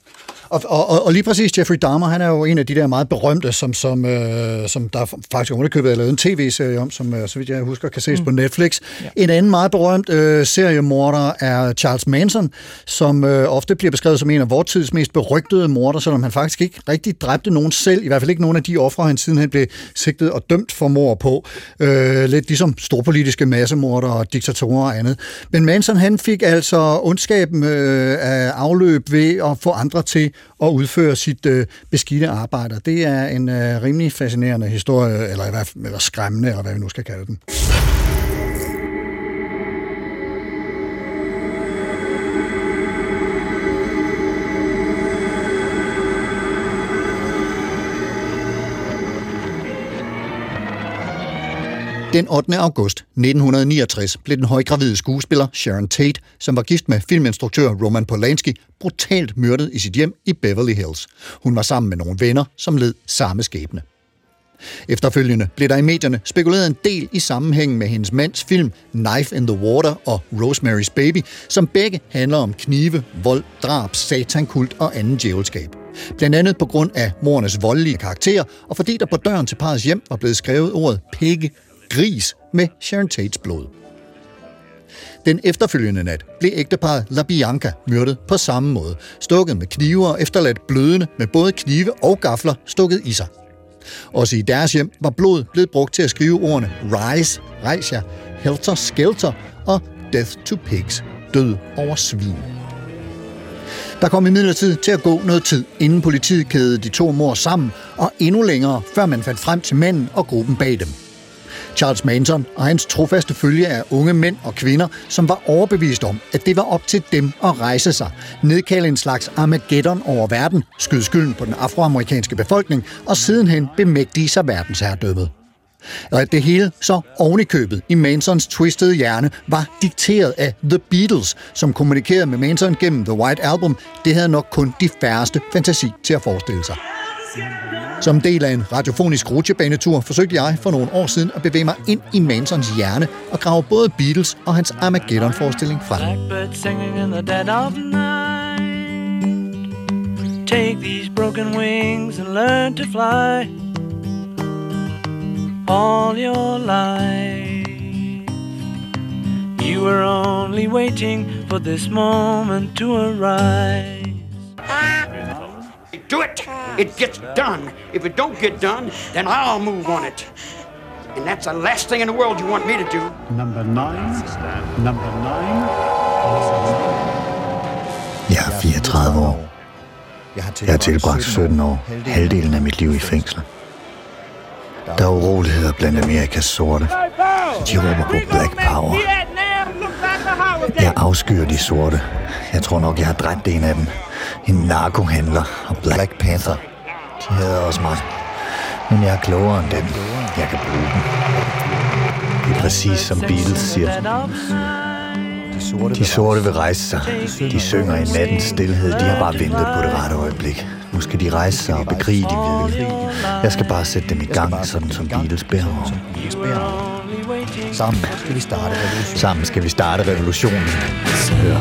Og lige præcis Jeffrey Dahmer, han er jo en af de der meget berømte, som der faktisk underkøbet er lavet en tv-serie om, som så vidt jeg husker kan ses på Netflix. Ja. En anden meget berømt seriemorder er Charles Manson, som ofte bliver beskrevet som en af vor tids mest berygtede morder, selvom han faktisk ikke rigtig dræbte nogen selv, i hvert fald ikke nogen af de ofre, han siden han blev sigtet og dømt for mord på. Lidt ligesom storpolitiske massemorder og diktatorer og andet. Men Manson, han fik altså ondskaben af afløb ved at få andre til og udføre sit beskidte arbejde. Det er en rimelig fascinerende historie, eller skræmmende, eller hvad vi nu skal kalde den. Den 8. august 1969 blev den højgravide skuespiller Sharon Tate, som var gift med filminstruktør Roman Polanski, brutalt myrdet i sit hjem i Beverly Hills. Hun var sammen med nogle venner, som led samme skæbne. Efterfølgende blev der i medierne spekuleret en del i sammenhængen med hendes mands film Knife in the Water og Rosemary's Baby, som begge handler om knive, vold, drab, satankult og anden djævelskab. Blandt andet på grund af mordernes voldelige karakterer, og fordi der på døren til parrets hjem var blevet skrevet ordet pigge, gris med Sharon Tates blod. Den efterfølgende nat blev ægteparret LaBianca myrdet på samme måde, stukket med knive og efterladt blødende med både knive og gafler stukket i sig. Også i deres hjem var blod blevet brugt til at skrive ordene Rise, Reisia, Helter Skelter og Death to Pigs, død over svin. Der kom imidlertid til at gå noget tid, inden politiet kædede de 2 mord sammen, og endnu længere, før man fandt frem til manden og gruppen bag dem. Charles Manson og hans trofaste følge af unge mænd og kvinder, som var overbevist om, at det var op til dem at rejse sig, nedkalde en slags Armageddon over verden, skyde skylden på den afroamerikanske befolkning og sidenhen bemægtige sig verdensherredømmet. Og at det hele så ovenikøbet i Mansons twistede hjerne var dikteret af The Beatles, som kommunikerede med Manson gennem The White Album, det havde nok kun de færreste fantasi til at forestille sig. Som del af en radiofonisk rutsjebanetur forsøgte jeg for nogle år siden at bevæge mig ind i Mansons hjerne og grave både Beatles og hans Armageddon-forestilling frem. Take these broken wings and learn to fly all your life. You were only waiting for this moment to arise. Do it! It gets done. If it don't get done, then I'll move on it. And that's the last thing in the world you want me to do. Number 9. Number 9. Jeg er 34 år. Jeg har tilbragt 17 år, halvdelen af mit liv i fængsel. Der er uroligheder blandt Amerikas sorte. De råber på Black Power. Jeg afskyr de sorte. Jeg tror nok, jeg har dræbt en af dem. En narkohandler og Black Panther. De hader også mig. Men jeg er klogere end dem. Jeg kan bruge dem. Det er præcis som Beatles siger. De sorte vil rejse sig. De synger i nattens stilhed. De har bare ventet på det rette øjeblik. Nu skal de rejse sig og bekrige de hvide. Jeg skal bare sætte dem i gang, sådan som Beatles beder om. Sammen skal vi starte revolutionen. Sammen skal vi starte revolutionen. Hør.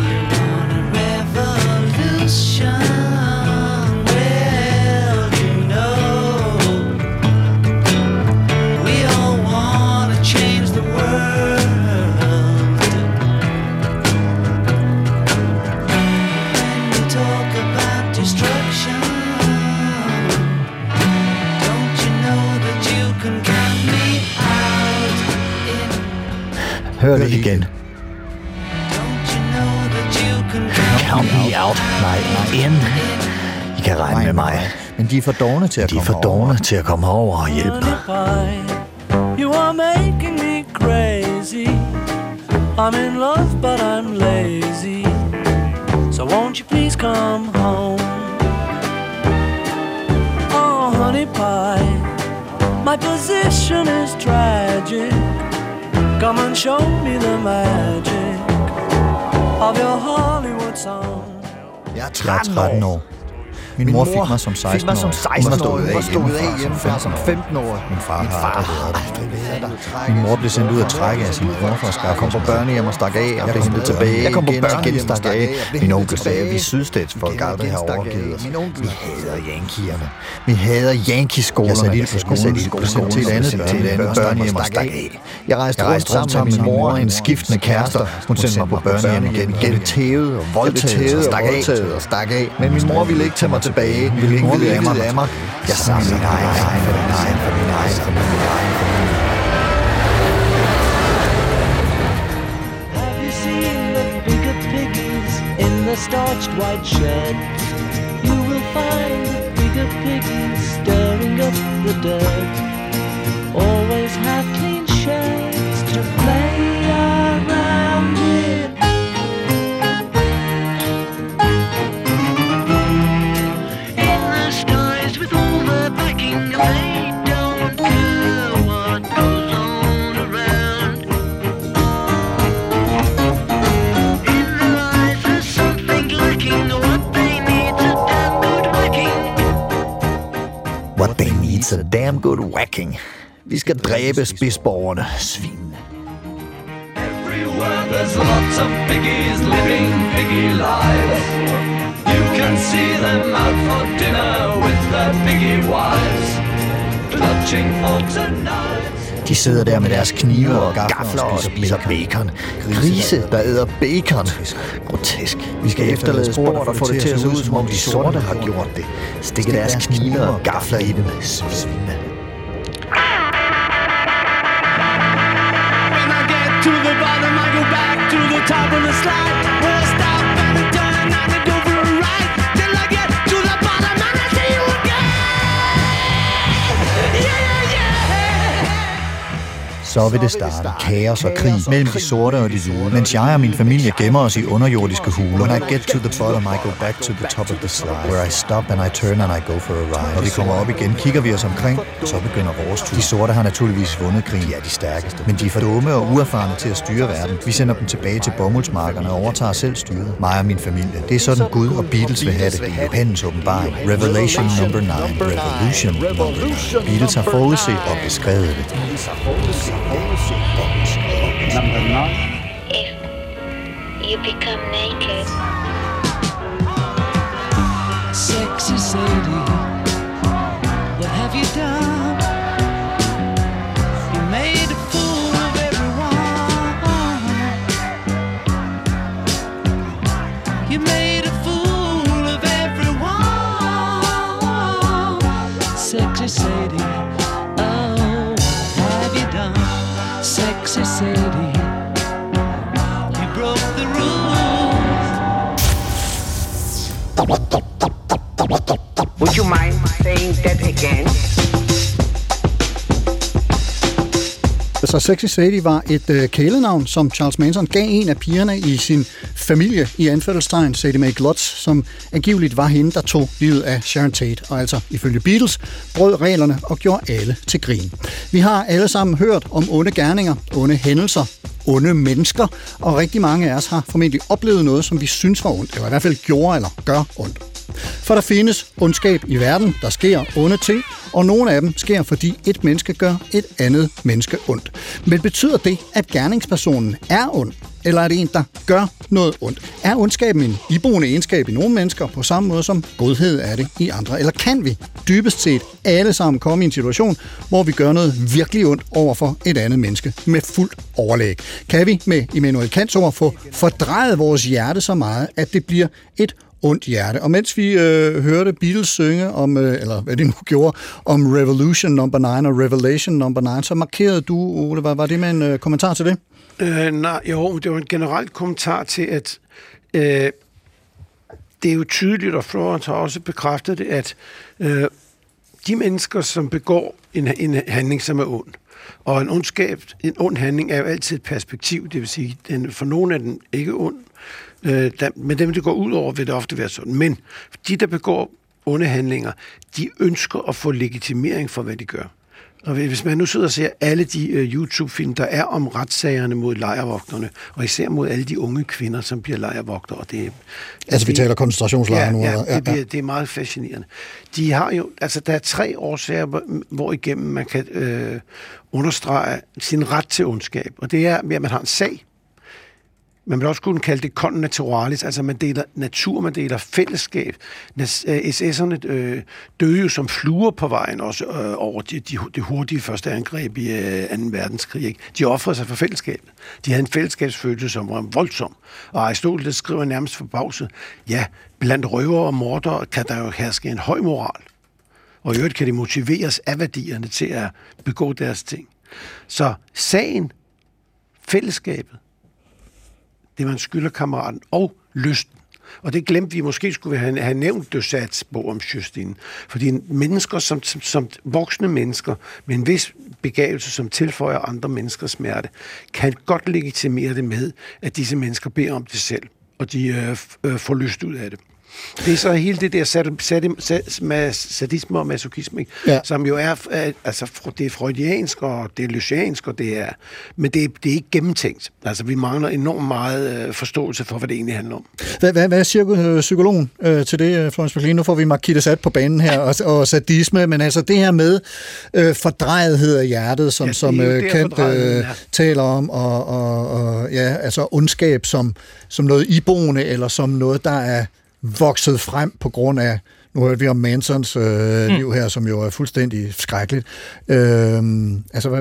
Hør det igen. Count me out. Nej, in. I kan regne med mig. Men de er for dårne til at komme over og hjælpe mig. You are making me crazy. I'm in love, but I'm lazy. So won't you please come home? Oh, honey pie, my position is tragic. Come and show me the magic of your Hollywood song. Jeg er 13 år. Min mor fik mig som 16 år. Hun var stået af hjemmefra som 15 år. Min far har aldrig været der. Min mor blev sendt ud at trække af sin mor for at skaffe. Jeg kom på børnehjem og stak af og blev hentet tilbage. Jeg kom på børnehjem og stak af. Min onkel sagde, at vi sydstatsfolk aldrig har overgivet os. Vi hader yankierne. Vi hader yankee-skolerne. Jeg satte ild på skolen til et andet børnehjem og stak af. Jeg rejste rundt sammen med min mor og en skiftende kærester. Hun sendte mig på børnehjem igen. Jeg blev tævet og voldtaget og stak af. Men min mor ville ikke tage mig tilbage. Ville ikke vide af mig. Jeg samlede min egen. Have you seen the bigger piggies in the starched white sheds? You will find the bigger piggies stirring up the dirt. Always have clean sheds to play around with. They don't care what goes on around. In their eyes there's something lacking. What they need's a damn good whacking. What they need's a damn good whacking. Vi skal dræbe spidsborgerne. Svin. Everywhere there's lots of piggies living piggy lives. You can see them out for dinner with their piggy wives. De sidder der med deres knive og gafler og spiser bacon. Grise, der æder bacon. Grotesk. Vi skal efterlade spor, der får det til at se ud, som om de sorte har gjort det. Stikke deres knive og gafler i dem. Svine. When I get to the bottom, I go back to the top of the slide. When I stop and I turn and I go for a ride. Till I get to the bottom and I see you again. Så vil det starte. Kaos og krig mellem de sorte og de hvide, mens jeg og min familie gemmer os i underjordiske huler. When I get to the bottom, I go back to the top of the slide. Where I stop and I turn and I go for a ride. Når vi kommer op igen, kigger vi os omkring, så begynder vores tur. De sorte har naturligvis vundet krigen. De er de stærkeste. Men de er for dumme og uerfarne til at styre verden. Vi sender dem tilbage til bomuldsmarkerne og overtager selv styret. Mig og min familie. Det er sådan Gud og Beatles vil have det. Det er Johannes åbenbaring. Revelation number 9. Revolution number 9. Beatles har forudset og beskrevet det. Number 9. If you become naked. Sexy Sadie, what have you done? You made a fool of everyone. You made a fool of everyone. Sexy Sadie, oh, what have you done? Would you mind saying that again? Så Sexy Sadie var et kælenavn, som Charles Manson gav en af pigerne i sin familie, i anførselstegn Sadie Mae Glutz, som angiveligt var hende, der tog livet af Sharon Tate, og altså ifølge Beatles brød reglerne og gjorde alle til grin. Vi har alle sammen hørt om onde gerninger, onde hændelser, onde mennesker, og rigtig mange af os har formentlig oplevet noget, som vi synes var ondt, eller i hvert fald gjorde eller gør ondt. For der findes ondskab i verden, der sker onde ting, og nogle af dem sker, fordi et menneske gør et andet menneske ondt. Men betyder det, at gerningspersonen er ond, eller er det en, der gør noget ondt? Er ondskaben en iboende egenskab i nogle mennesker på samme måde som godhed er det i andre? Eller kan vi dybest set alle sammen komme i en situation, hvor vi gør noget virkelig ondt over for et andet menneske med fuldt overlæg? Kan vi med Immanuel Kants ord få fordrejet vores hjerte så meget, at det bliver et ondt hjerte? Og mens vi hørte Beatles synge om, eller hvad de nu gjorde, om Revolution Number 9 og Revelation Number 9, så markerede du, Ole, var det med en kommentar til det? Nej, jo, det var en generelt kommentar til, at det er jo tydeligt, og Florence har også bekræftet det, at de mennesker, som begår en handling, som er ond, og en ond handling er jo altid et perspektiv, det vil sige, for nogen er den ikke ond, men dem, det går ud over, vil det ofte være sådan. Men de, der begår onde handlinger, de ønsker at få legitimering for, hvad de gør. Og hvis man nu sidder og ser alle de YouTube-film, der er om retssagerne mod lejrvogterne, og især mod alle de unge kvinder, som bliver lejrvogtere, og det vi taler koncentrationslejre nu. Det er meget fascinerende. De har jo, altså der er 3 årsager, hvor igennem man kan understrege sin ret til ondskab, og det er, at man har en sag. Man vil også kunne kalde det connaturalis, altså man deler natur, man deler fællesskab. SS'erne døde jo som fluer på vejen også over det hurtige første angreb i 2. verdenskrig. Ikke? De offrede sig for fællesskabet. De havde en fællesskabsfølelse, som var voldsom. Og Aristoteles skriver nærmest forbavset, ja, blandt røvere og mordere kan der jo herske en høj moral. Og i øvrigt kan de motiveres af værdierne til at begå deres ting. Så sagen, fællesskabet, det man skylder kammeraten, og lysten. Og det glemte vi. Måske skulle vi have nævnt Dösats bog om Justine. Fordi mennesker, som voksne mennesker, med en vis begavelse, som tilføjer andre menneskers smerte, kan godt legitimere det med, at disse mennesker beder om det selv, og de får lyst ud af det. Det er så hele det der sadisme og masochisme, som jo er, altså det er freudiansk, og det er lysiansk, og det er, men det er ikke gennemtænkt. Altså vi mangler enormt meget forståelse for, hvad det egentlig handler om. Hvad siger psykologen til det, Florence McLean? Nu får vi Marquita sat på banen her, og sadisme, men altså det her med fordrejethed af hjertet, som Kant taler om, og altså ondskab som noget iboende, eller som noget, der er vokset frem på grund af, nu hørte vi om Mansons liv her, som jo er fuldstændig skrækkeligt. Altså,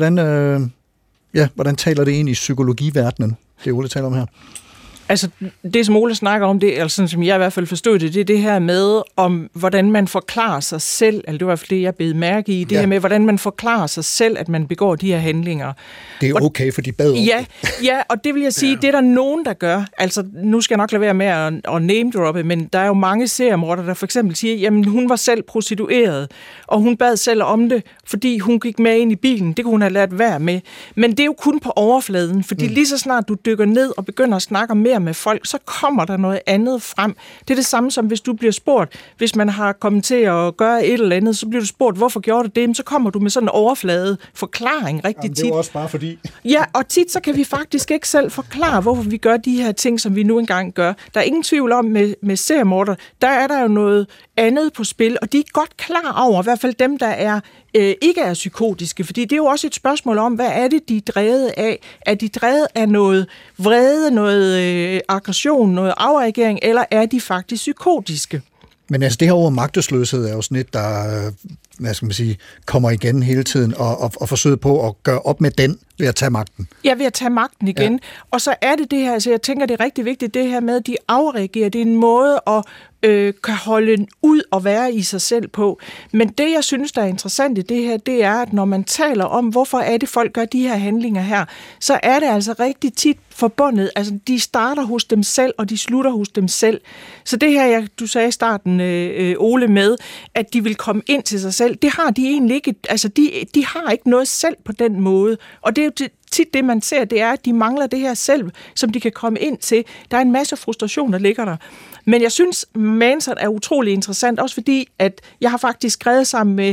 hvordan taler det ind i psykologiverdenen, det Ole taler om her? Altså, det som Ole snakker om, det, eller sådan som jeg i hvert fald forstod det, det er det her med, om hvordan man forklarer sig selv, eller det var i hvert fald det, jeg bed mærke i, det her med, hvordan man forklarer sig selv, at man begår de her handlinger. Det er okay, for de bad om ja, og det vil jeg sige, det er der nogen, der gør. Altså, nu skal jeg nok lade være med at name-droppe, men der er jo mange seriemordere, der for eksempel siger, jamen hun var selv prostitueret, og hun bad selv om det, fordi hun gik med ind i bilen. Det kunne hun have ladt være med. Men det er jo kun på overfladen, fordi lige så snart du dykker ned og begynder at snakke mere med folk, så kommer der noget andet frem. Det er det samme som, hvis du bliver spurgt, hvis man har kommet til at gøre et eller andet, så bliver du spurgt, hvorfor gjorde du det? Men så kommer du med sådan en overflade forklaring rigtig tit. Det er også bare fordi. Ja, og tit så kan vi faktisk ikke selv forklare, hvorfor vi gør de her ting, som vi nu engang gør. Der er ingen tvivl om med seriemorder, der er der jo noget andet på spil, og de er godt klar over, i hvert fald dem, der ikke er psykotiske, fordi det er jo også et spørgsmål om, hvad er det, de er drevet af? Er de drevet af noget vrede, noget aggression, noget afreagering, eller er de faktisk psykotiske? Men altså det her ord magtesløshed er jo sådan et, der hvad skal man sige, kommer igen hele tiden, og forsøger på at gøre op med den ved at tage magten. Ja, ved at tage magten igen. Ja. Og så er det her, altså jeg tænker, det er rigtig vigtigt, det her med, at de afreagerer. Det er en måde at kan holde ud og være i sig selv på. Men det, jeg synes, der er interessant i det her, det er, at når man taler om, hvorfor er det, folk gør de her handlinger her, så er det altså rigtig tit forbundet. Altså, de starter hos dem selv, og de slutter hos dem selv. Så det her, du sagde i starten, Ole, med, at de vil komme ind til sig selv, det har de egentlig ikke. Altså, de har ikke noget selv på den måde. Og det er jo tit det, man ser, det er, at de mangler det her selv, som de kan komme ind til. Der er en masse frustration, der ligger der. Men jeg synes, Manson er utrolig interessant, også fordi, at jeg har faktisk skrevet sammen med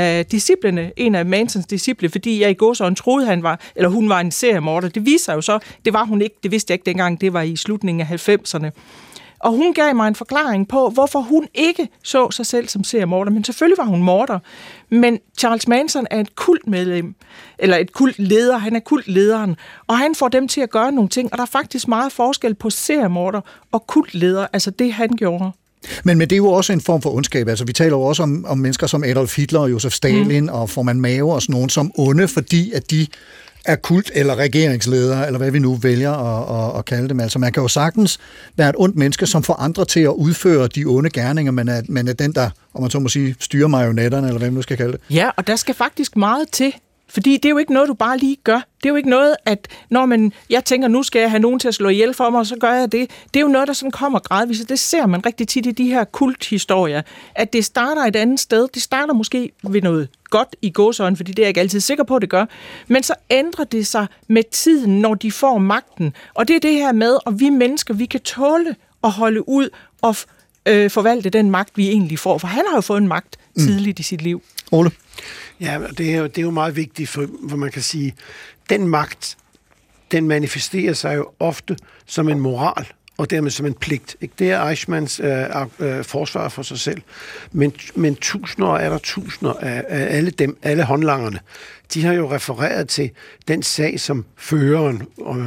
en af Mansons disciple, fordi jeg i gåseøjne troede, hun var en seriemorder. Det viser jo så, det var hun ikke, det vidste jeg ikke dengang, det var i slutningen af 90'erne. Og hun gav mig en forklaring på, hvorfor hun ikke så sig selv som seriemorder. Men selvfølgelig var hun morder. Men Charles Manson er et kultmedlem, eller et kultleder. Han er kultlederen, og han får dem til at gøre nogle ting. Og der er faktisk meget forskel på seriemorder og kultleder, altså det han gjorde. Men det er jo også en form for ondskab. Altså, vi taler jo også om mennesker som Adolf Hitler og Josef Stalin og Forman Mao og sådan nogen som onde, fordi at de er kult- eller regeringsledere, eller hvad vi nu vælger at kalde dem. Altså, man kan jo sagtens være et ondt menneske, som får andre til at udføre de onde gerninger, man er den, der, om man så må sige, styrer marionetterne, eller hvad man nu skal kalde det. Ja, og der skal faktisk meget til. Fordi det er jo ikke noget, du bare lige gør. Det er jo ikke noget, at jeg tænker, nu skal jeg have nogen til at slå ihjel for mig, og så gør jeg det. Det er jo noget, der sådan kommer gradvist, og det ser man rigtig tit i de her kulthistorier, at det starter et andet sted. Det starter måske ved noget godt i gåseøjne, fordi det er jeg ikke altid sikker på, at det gør. Men så ændrer det sig med tiden, når de får magten. Og det er det her med, at vi mennesker, vi kan tåle at holde ud og forvalte den magt, vi egentlig får. For han har jo fået en magt tidligt i sit liv. Ole? Ja, det er jo meget vigtigt, for man kan sige, den magt, den manifesterer sig jo ofte som en moral, og dermed som en pligt. Ikke? Det er Eichmanns forsvar for sig selv. Men tusinder af alle håndlangerne, de har jo refereret til den sag, som føreren og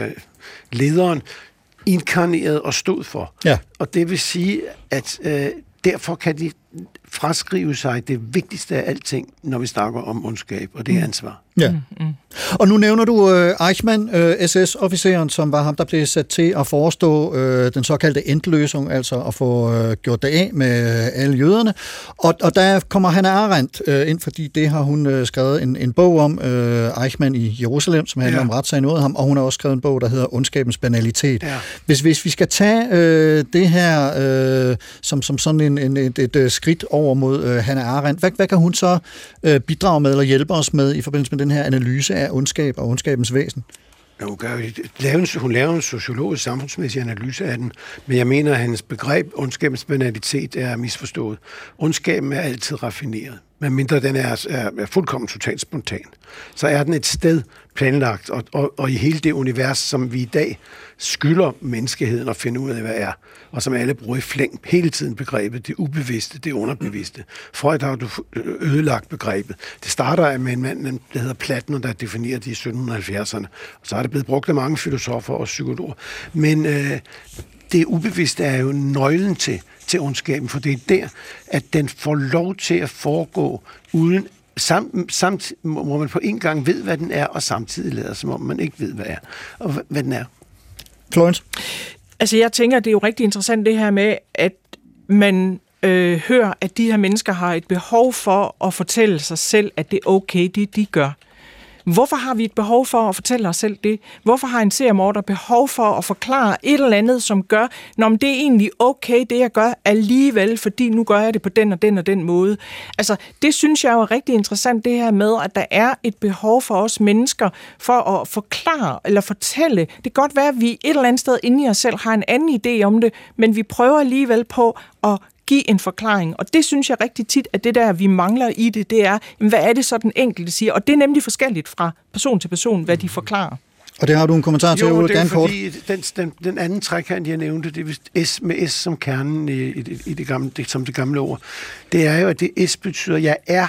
lederen inkarnerede og stod for. Ja. Og det vil sige, at derfor kan de fraskrive sig det vigtigste af alting, når vi snakker om ondskab, og det er ansvar. Ja. Og nu nævner du Eichmann, SS-officeren, som var ham, der blev sat til at forestå den såkaldte endløsning, altså at få gjort det af med alle jøderne. Og der kommer Hannah Arendt ind, fordi det har hun skrevet en bog om, Eichmann i Jerusalem, som handler om retssagen mod ham, og hun har også skrevet en bog, der hedder Ondskabens banalitet. Ja. Hvis vi skal tage det her som sådan et skridt over mod Hannah Arendt, hvad kan hun så bidrage med eller hjælpe os med i forbindelse med den her analyse af ondskab og ondskabens væsen? Hun laver en sociologisk samfundsmæssig analyse af den, men jeg mener, at hendes begreb ondskabens banalitet er misforstået. Ondskaben er altid raffineret, medmindre den er fuldkommen totalt spontan. Så er den et sted planlagt, og i hele det univers, som vi i dag skylder menneskeheden at finde ud af, hvad er, og som alle bruger i flæng hele tiden begrebet, det ubevidste, det underbevidste. Freud har du ødelagt begrebet. Det starter med en mand, der hedder Platon, der definerer det i 1770'erne, og så er det blevet brugt af mange filosofer og psykologer. Men det ubevidste er jo nøglen til ondskaben, for det er der, at den får lov til at foregå uden samt hvor man på en gang ved, hvad den er, og samtidig lader, som om man ikke ved, hvad den er. Florence? Altså, jeg tænker, det er jo rigtig interessant det her med, at man hører, at de her mennesker har et behov for at fortælle sig selv, at det er okay, det de gør. Hvorfor har vi et behov for at fortælle os selv det? Hvorfor har en seriemorder behov for at forklare et eller andet, som gør, når det er egentlig okay, det jeg gør alligevel, fordi nu gør jeg det på den og den og den måde. Altså, det synes jeg jo er rigtig interessant, det her med, at der er et behov for os mennesker for at forklare eller fortælle. Det kan godt være, at vi et eller andet sted inde i os selv har en anden idé om det, men vi prøver alligevel på at give en forklaring. Og det synes jeg rigtig tit, at det der, vi mangler i det er, hvad er det så den enkelte siger? Og det er nemlig forskelligt fra person til person, hvad de forklarer. Og det har du en kommentar til, Jo, det er fordi, den anden trækant, jeg nævnte, det er S med S som kernen i det gamle ord. Det er jo, at det S betyder, at jeg er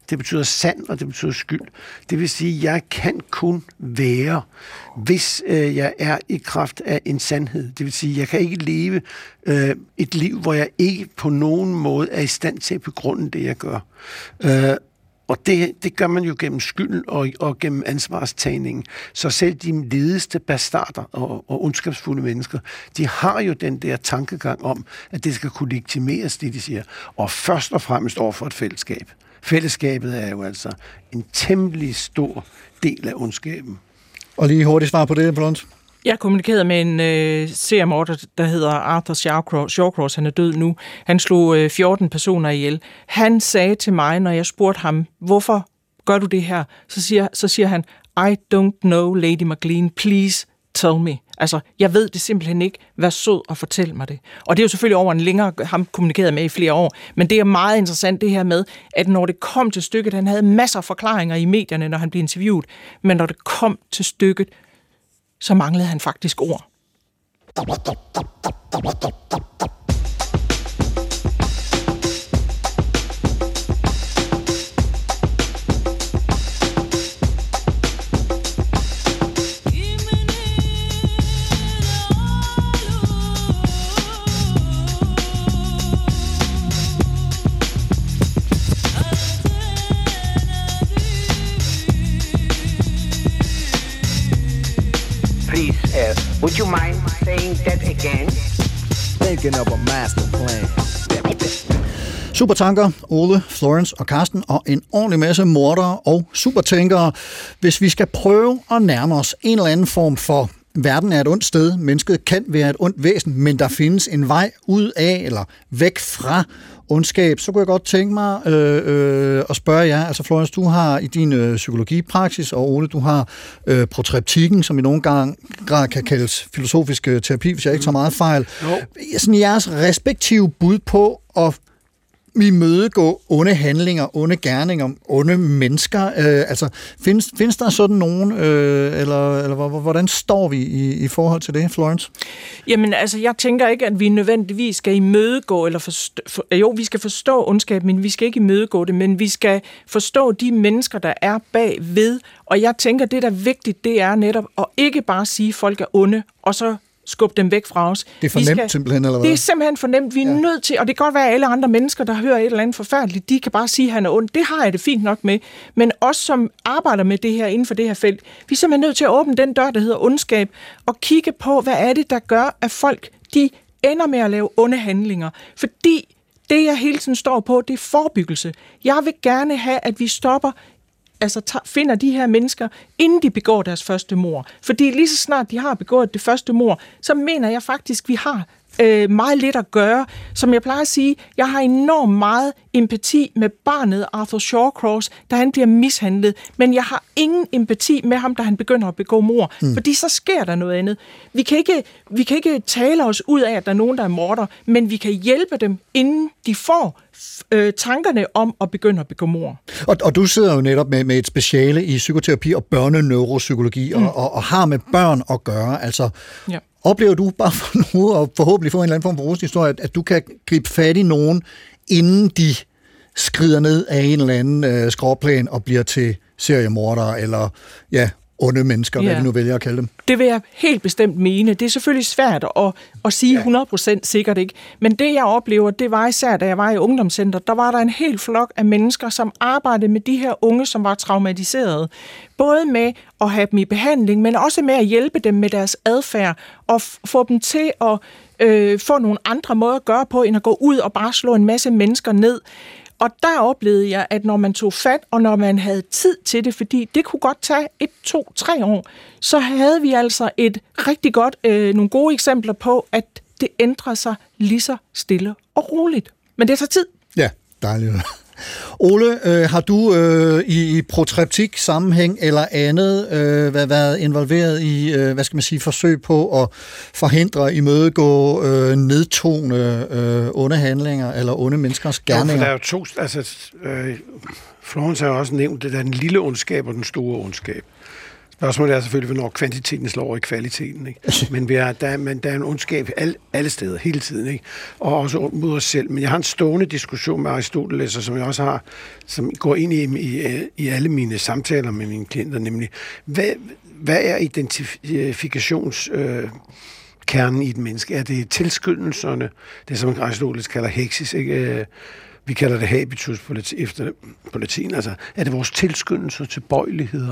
det betyder sand, og det betyder skyld. Det vil sige, at jeg kan kun være, hvis jeg er i kraft af en sandhed. Det vil sige, at jeg kan ikke leve et liv, hvor jeg ikke på nogen måde er i stand til at begrunde det, jeg gør. Og det gør man jo gennem skyld og gennem ansvarstagningen. Så selv de ledeste bastarder og ondskabsfulde mennesker, de har jo den der tankegang om, at det skal kunne legitimeres, det de siger. Og først og fremmest over for et fællesskab. Fællesskabet er jo altså en temmelig stor del af ondskaben. Og lige hurtigt svar på det, Blond. Jeg kommunikerede med en seriemorder, der hedder Arthur Shawcross. Han er død nu. Han slog 14 personer ihjel. Han sagde til mig, når jeg spurgte ham, hvorfor gør du det her? Så siger han, I don't know, Lady McLean, please tell me. Altså, jeg ved det simpelthen ikke. Vær sød og fortæl mig det. Og det er jo selvfølgelig over en længere, ham kommunikeret med i flere år, men det er meget interessant det her med, at når det kom til stykket, han havde masser af forklaringer i medierne, når han blev interviewet, men når det kom til stykket, så manglede han faktisk ord. Would you mind saying that again? Thinking of a master plan. Supertanker, Ole, Florence og Carsten, og en ordentlig masse mordere og supertænkere. Hvis vi skal prøve at nærme os en eller anden form for verden er et ondt sted, mennesket kan være et ondt væsen, men der findes en vej ud af eller væk fra ondskab, så kunne jeg godt tænke mig at spørge jer. Altså Florence, du har i din psykologipraksis, og Ole, du har protreptikken, som i nogle grad kan kaldes filosofisk terapi, hvis jeg ikke tager meget fejl. Sådan jeres respektive bud på at imødegå onde handlinger, onde gerninger, onde mennesker. Altså, findes der sådan nogen, eller hvordan står vi i forhold til det, Florence? Jamen, altså, jeg tænker ikke, at vi nødvendigvis skal imødegå, eller vi skal forstå ondskab, men vi skal ikke imødegå det, men vi skal forstå de mennesker, der er bagved, og jeg tænker, det der er vigtigt, det er netop at ikke bare sige, at folk er onde, og så skubbe dem væk fra os. Det er for nemt simpelthen, eller hvad? Det er simpelthen for nemt. Vi er nødt til, og det kan godt være, at alle andre mennesker, der hører et eller andet forfærdeligt, de kan bare sige, at han er ond. Det har jeg det fint nok med. Men os, som arbejder med det her inden for det her felt, vi er simpelthen nødt til at åbne den dør, der hedder ondskab, og kigge på, hvad er det, der gør, at folk, de ender med at lave onde handlinger. Fordi det, jeg hele tiden står på, det er forebyggelse. Jeg vil gerne have, at vi stopper finder de her mennesker, inden de begår deres første mord. Fordi lige så snart de har begået det første mord, så mener jeg faktisk, vi har meget lidt at gøre. Som jeg plejer at sige, jeg har enormt meget empati med barnet Arthur Shawcross, da han bliver mishandlet, men jeg har ingen empati med ham, da han begynder at begå mord. Fordi så sker der noget andet. Vi kan ikke tale os ud af, at der er nogen, der er morder, men vi kan hjælpe dem, inden de får tankerne om at begynde at begå mord. Og du sidder jo netop med et speciale i psykoterapi og børneneuropsykologi, og har med børn at gøre. Altså, ja. Oplever du bare for nu, og forhåbentlig få en eller anden form for historie, at du kan gribe fat i nogen, inden de skrider ned af en eller anden skråplan og bliver til seriemordere, eller onde mennesker, hvad vi nu vælger at kalde dem? Det vil jeg helt bestemt mene. Det er selvfølgelig svært at sige 100% sikkert ikke, men det jeg oplever, det var især, da jeg var i ungdomscenter, der var der en hel flok af mennesker, som arbejdede med de her unge, som var traumatiseret. Både med at have dem i behandling, men også med at hjælpe dem med deres adfærd, og få dem til at få nogle andre måder at gøre på, end at gå ud og bare slå en masse mennesker ned. Og der oplevede jeg, at når man tog fat, og når man havde tid til det, fordi det kunne godt tage 1, 2, 3 år, så havde vi altså et rigtig godt, nogle gode eksempler på, at det ændrer sig lige så stille og roligt. Men det tager tid. Ja, dejligt. Ole, har du i protreptik sammenhæng eller andet været involveret i, forsøg på at forhindre, imødegå, nedtone onde handlinger eller onde menneskers gerninger? Ja, for der er jo Florence har jo også nævnt det der, den lille ondskab og den store ondskab. Spørgsmålet er selvfølgelig, hvornår kvantiteten slår i kvaliteten. Ikke? Men der er en ondskab alle steder, hele tiden. Ikke? Og også mod os selv. Men jeg har en stående diskussion med Aristoteles, som jeg også har, som går ind i alle mine samtaler med mine klienter, nemlig, hvad er identifikationskernen i et menneske? Er det tilskyndelserne, det som Aristoteles kalder heksis, ikke? Vi kalder det habitus på latin. Altså, er det vores tilskyndelser, tilbøjeligheder,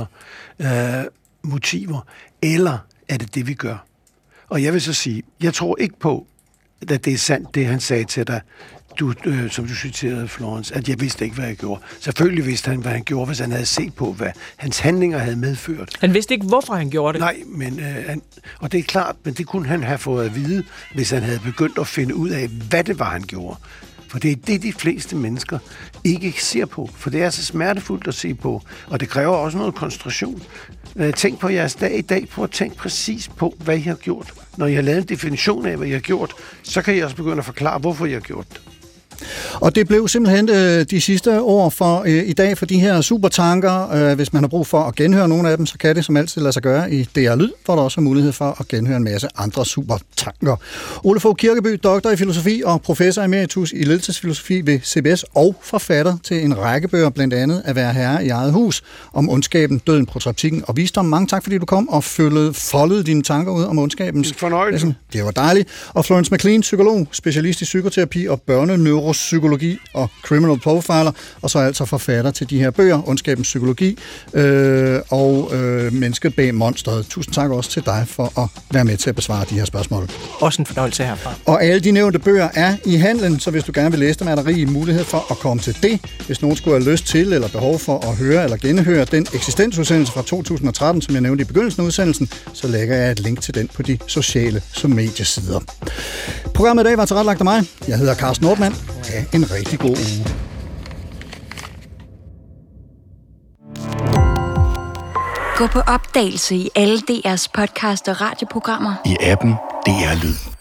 motiver, eller er det det, vi gør? Og jeg vil så sige, jeg tror ikke på, at det er sandt, det han sagde til dig, som du citerede, Florence, at jeg vidste ikke, hvad jeg gjorde. Selvfølgelig vidste han, hvad han gjorde, hvis han havde set på, hvad hans handlinger havde medført. Han vidste ikke, hvorfor han gjorde det. Nej, men, og det er klart, men det kunne han have fået at vide, hvis han havde begyndt at finde ud af, hvad det var, han gjorde. For det er det, de fleste mennesker ikke ser på. For det er så smertefuldt at se på, og det kræver også noget koncentration. Tænk på jeres dag i dag, på at tænke præcis på, hvad I har gjort. Når I har lavet en definition af, hvad I har gjort, så kan I også begynde at forklare, hvorfor I har gjort det. Og det blev simpelthen de sidste ord for i dag for de her supertanker. Hvis man har brug for at genhøre nogle af dem, så kan det som altid lade sig gøre i DR Lyd, hvor der også er mulighed for at genhøre en masse andre supertanker. Ole Fogh Kirkeby, doktor i filosofi og professor emeritus i ledelsesfilosofi ved CBS og forfatter til en række bøger, blandt andet At være herre i eget hus, om ondskaben, døden, protreptikken og visdom. Mange tak, fordi du kom og foldede dine tanker ud om ondskabens. Fornøjelse. Det var dejligt. Og Florence McLean, psykolog, specialist i psykoterapi og børneneuropsykologi og criminal profiler, og så altså forfatter til de her bøger, Ondskabens psykologi og Mennesket bag monstret. Tusind tak også til dig for at være med til at besvare de her spørgsmål. Også en fornøjelse herfra. Og alle de nævnte bøger er i handlen, så hvis du gerne vil læse dem, er der rig mulighed for at komme til det. Hvis nogen skulle have lyst til eller behov for at høre eller genhøre den eksistensudsendelse fra 2013, som jeg nævnte i begyndelsen af udsendelsen, så lægger jeg et link til den på de sociale mediesider. Programmet i dag var tilrettelagt af mig. Jeg hedder Carsten Nordmann. Ha' en rigtig god uge. Gå på opdagelse i alle DR's podcast og radioprogrammer. I appen DR Lyd.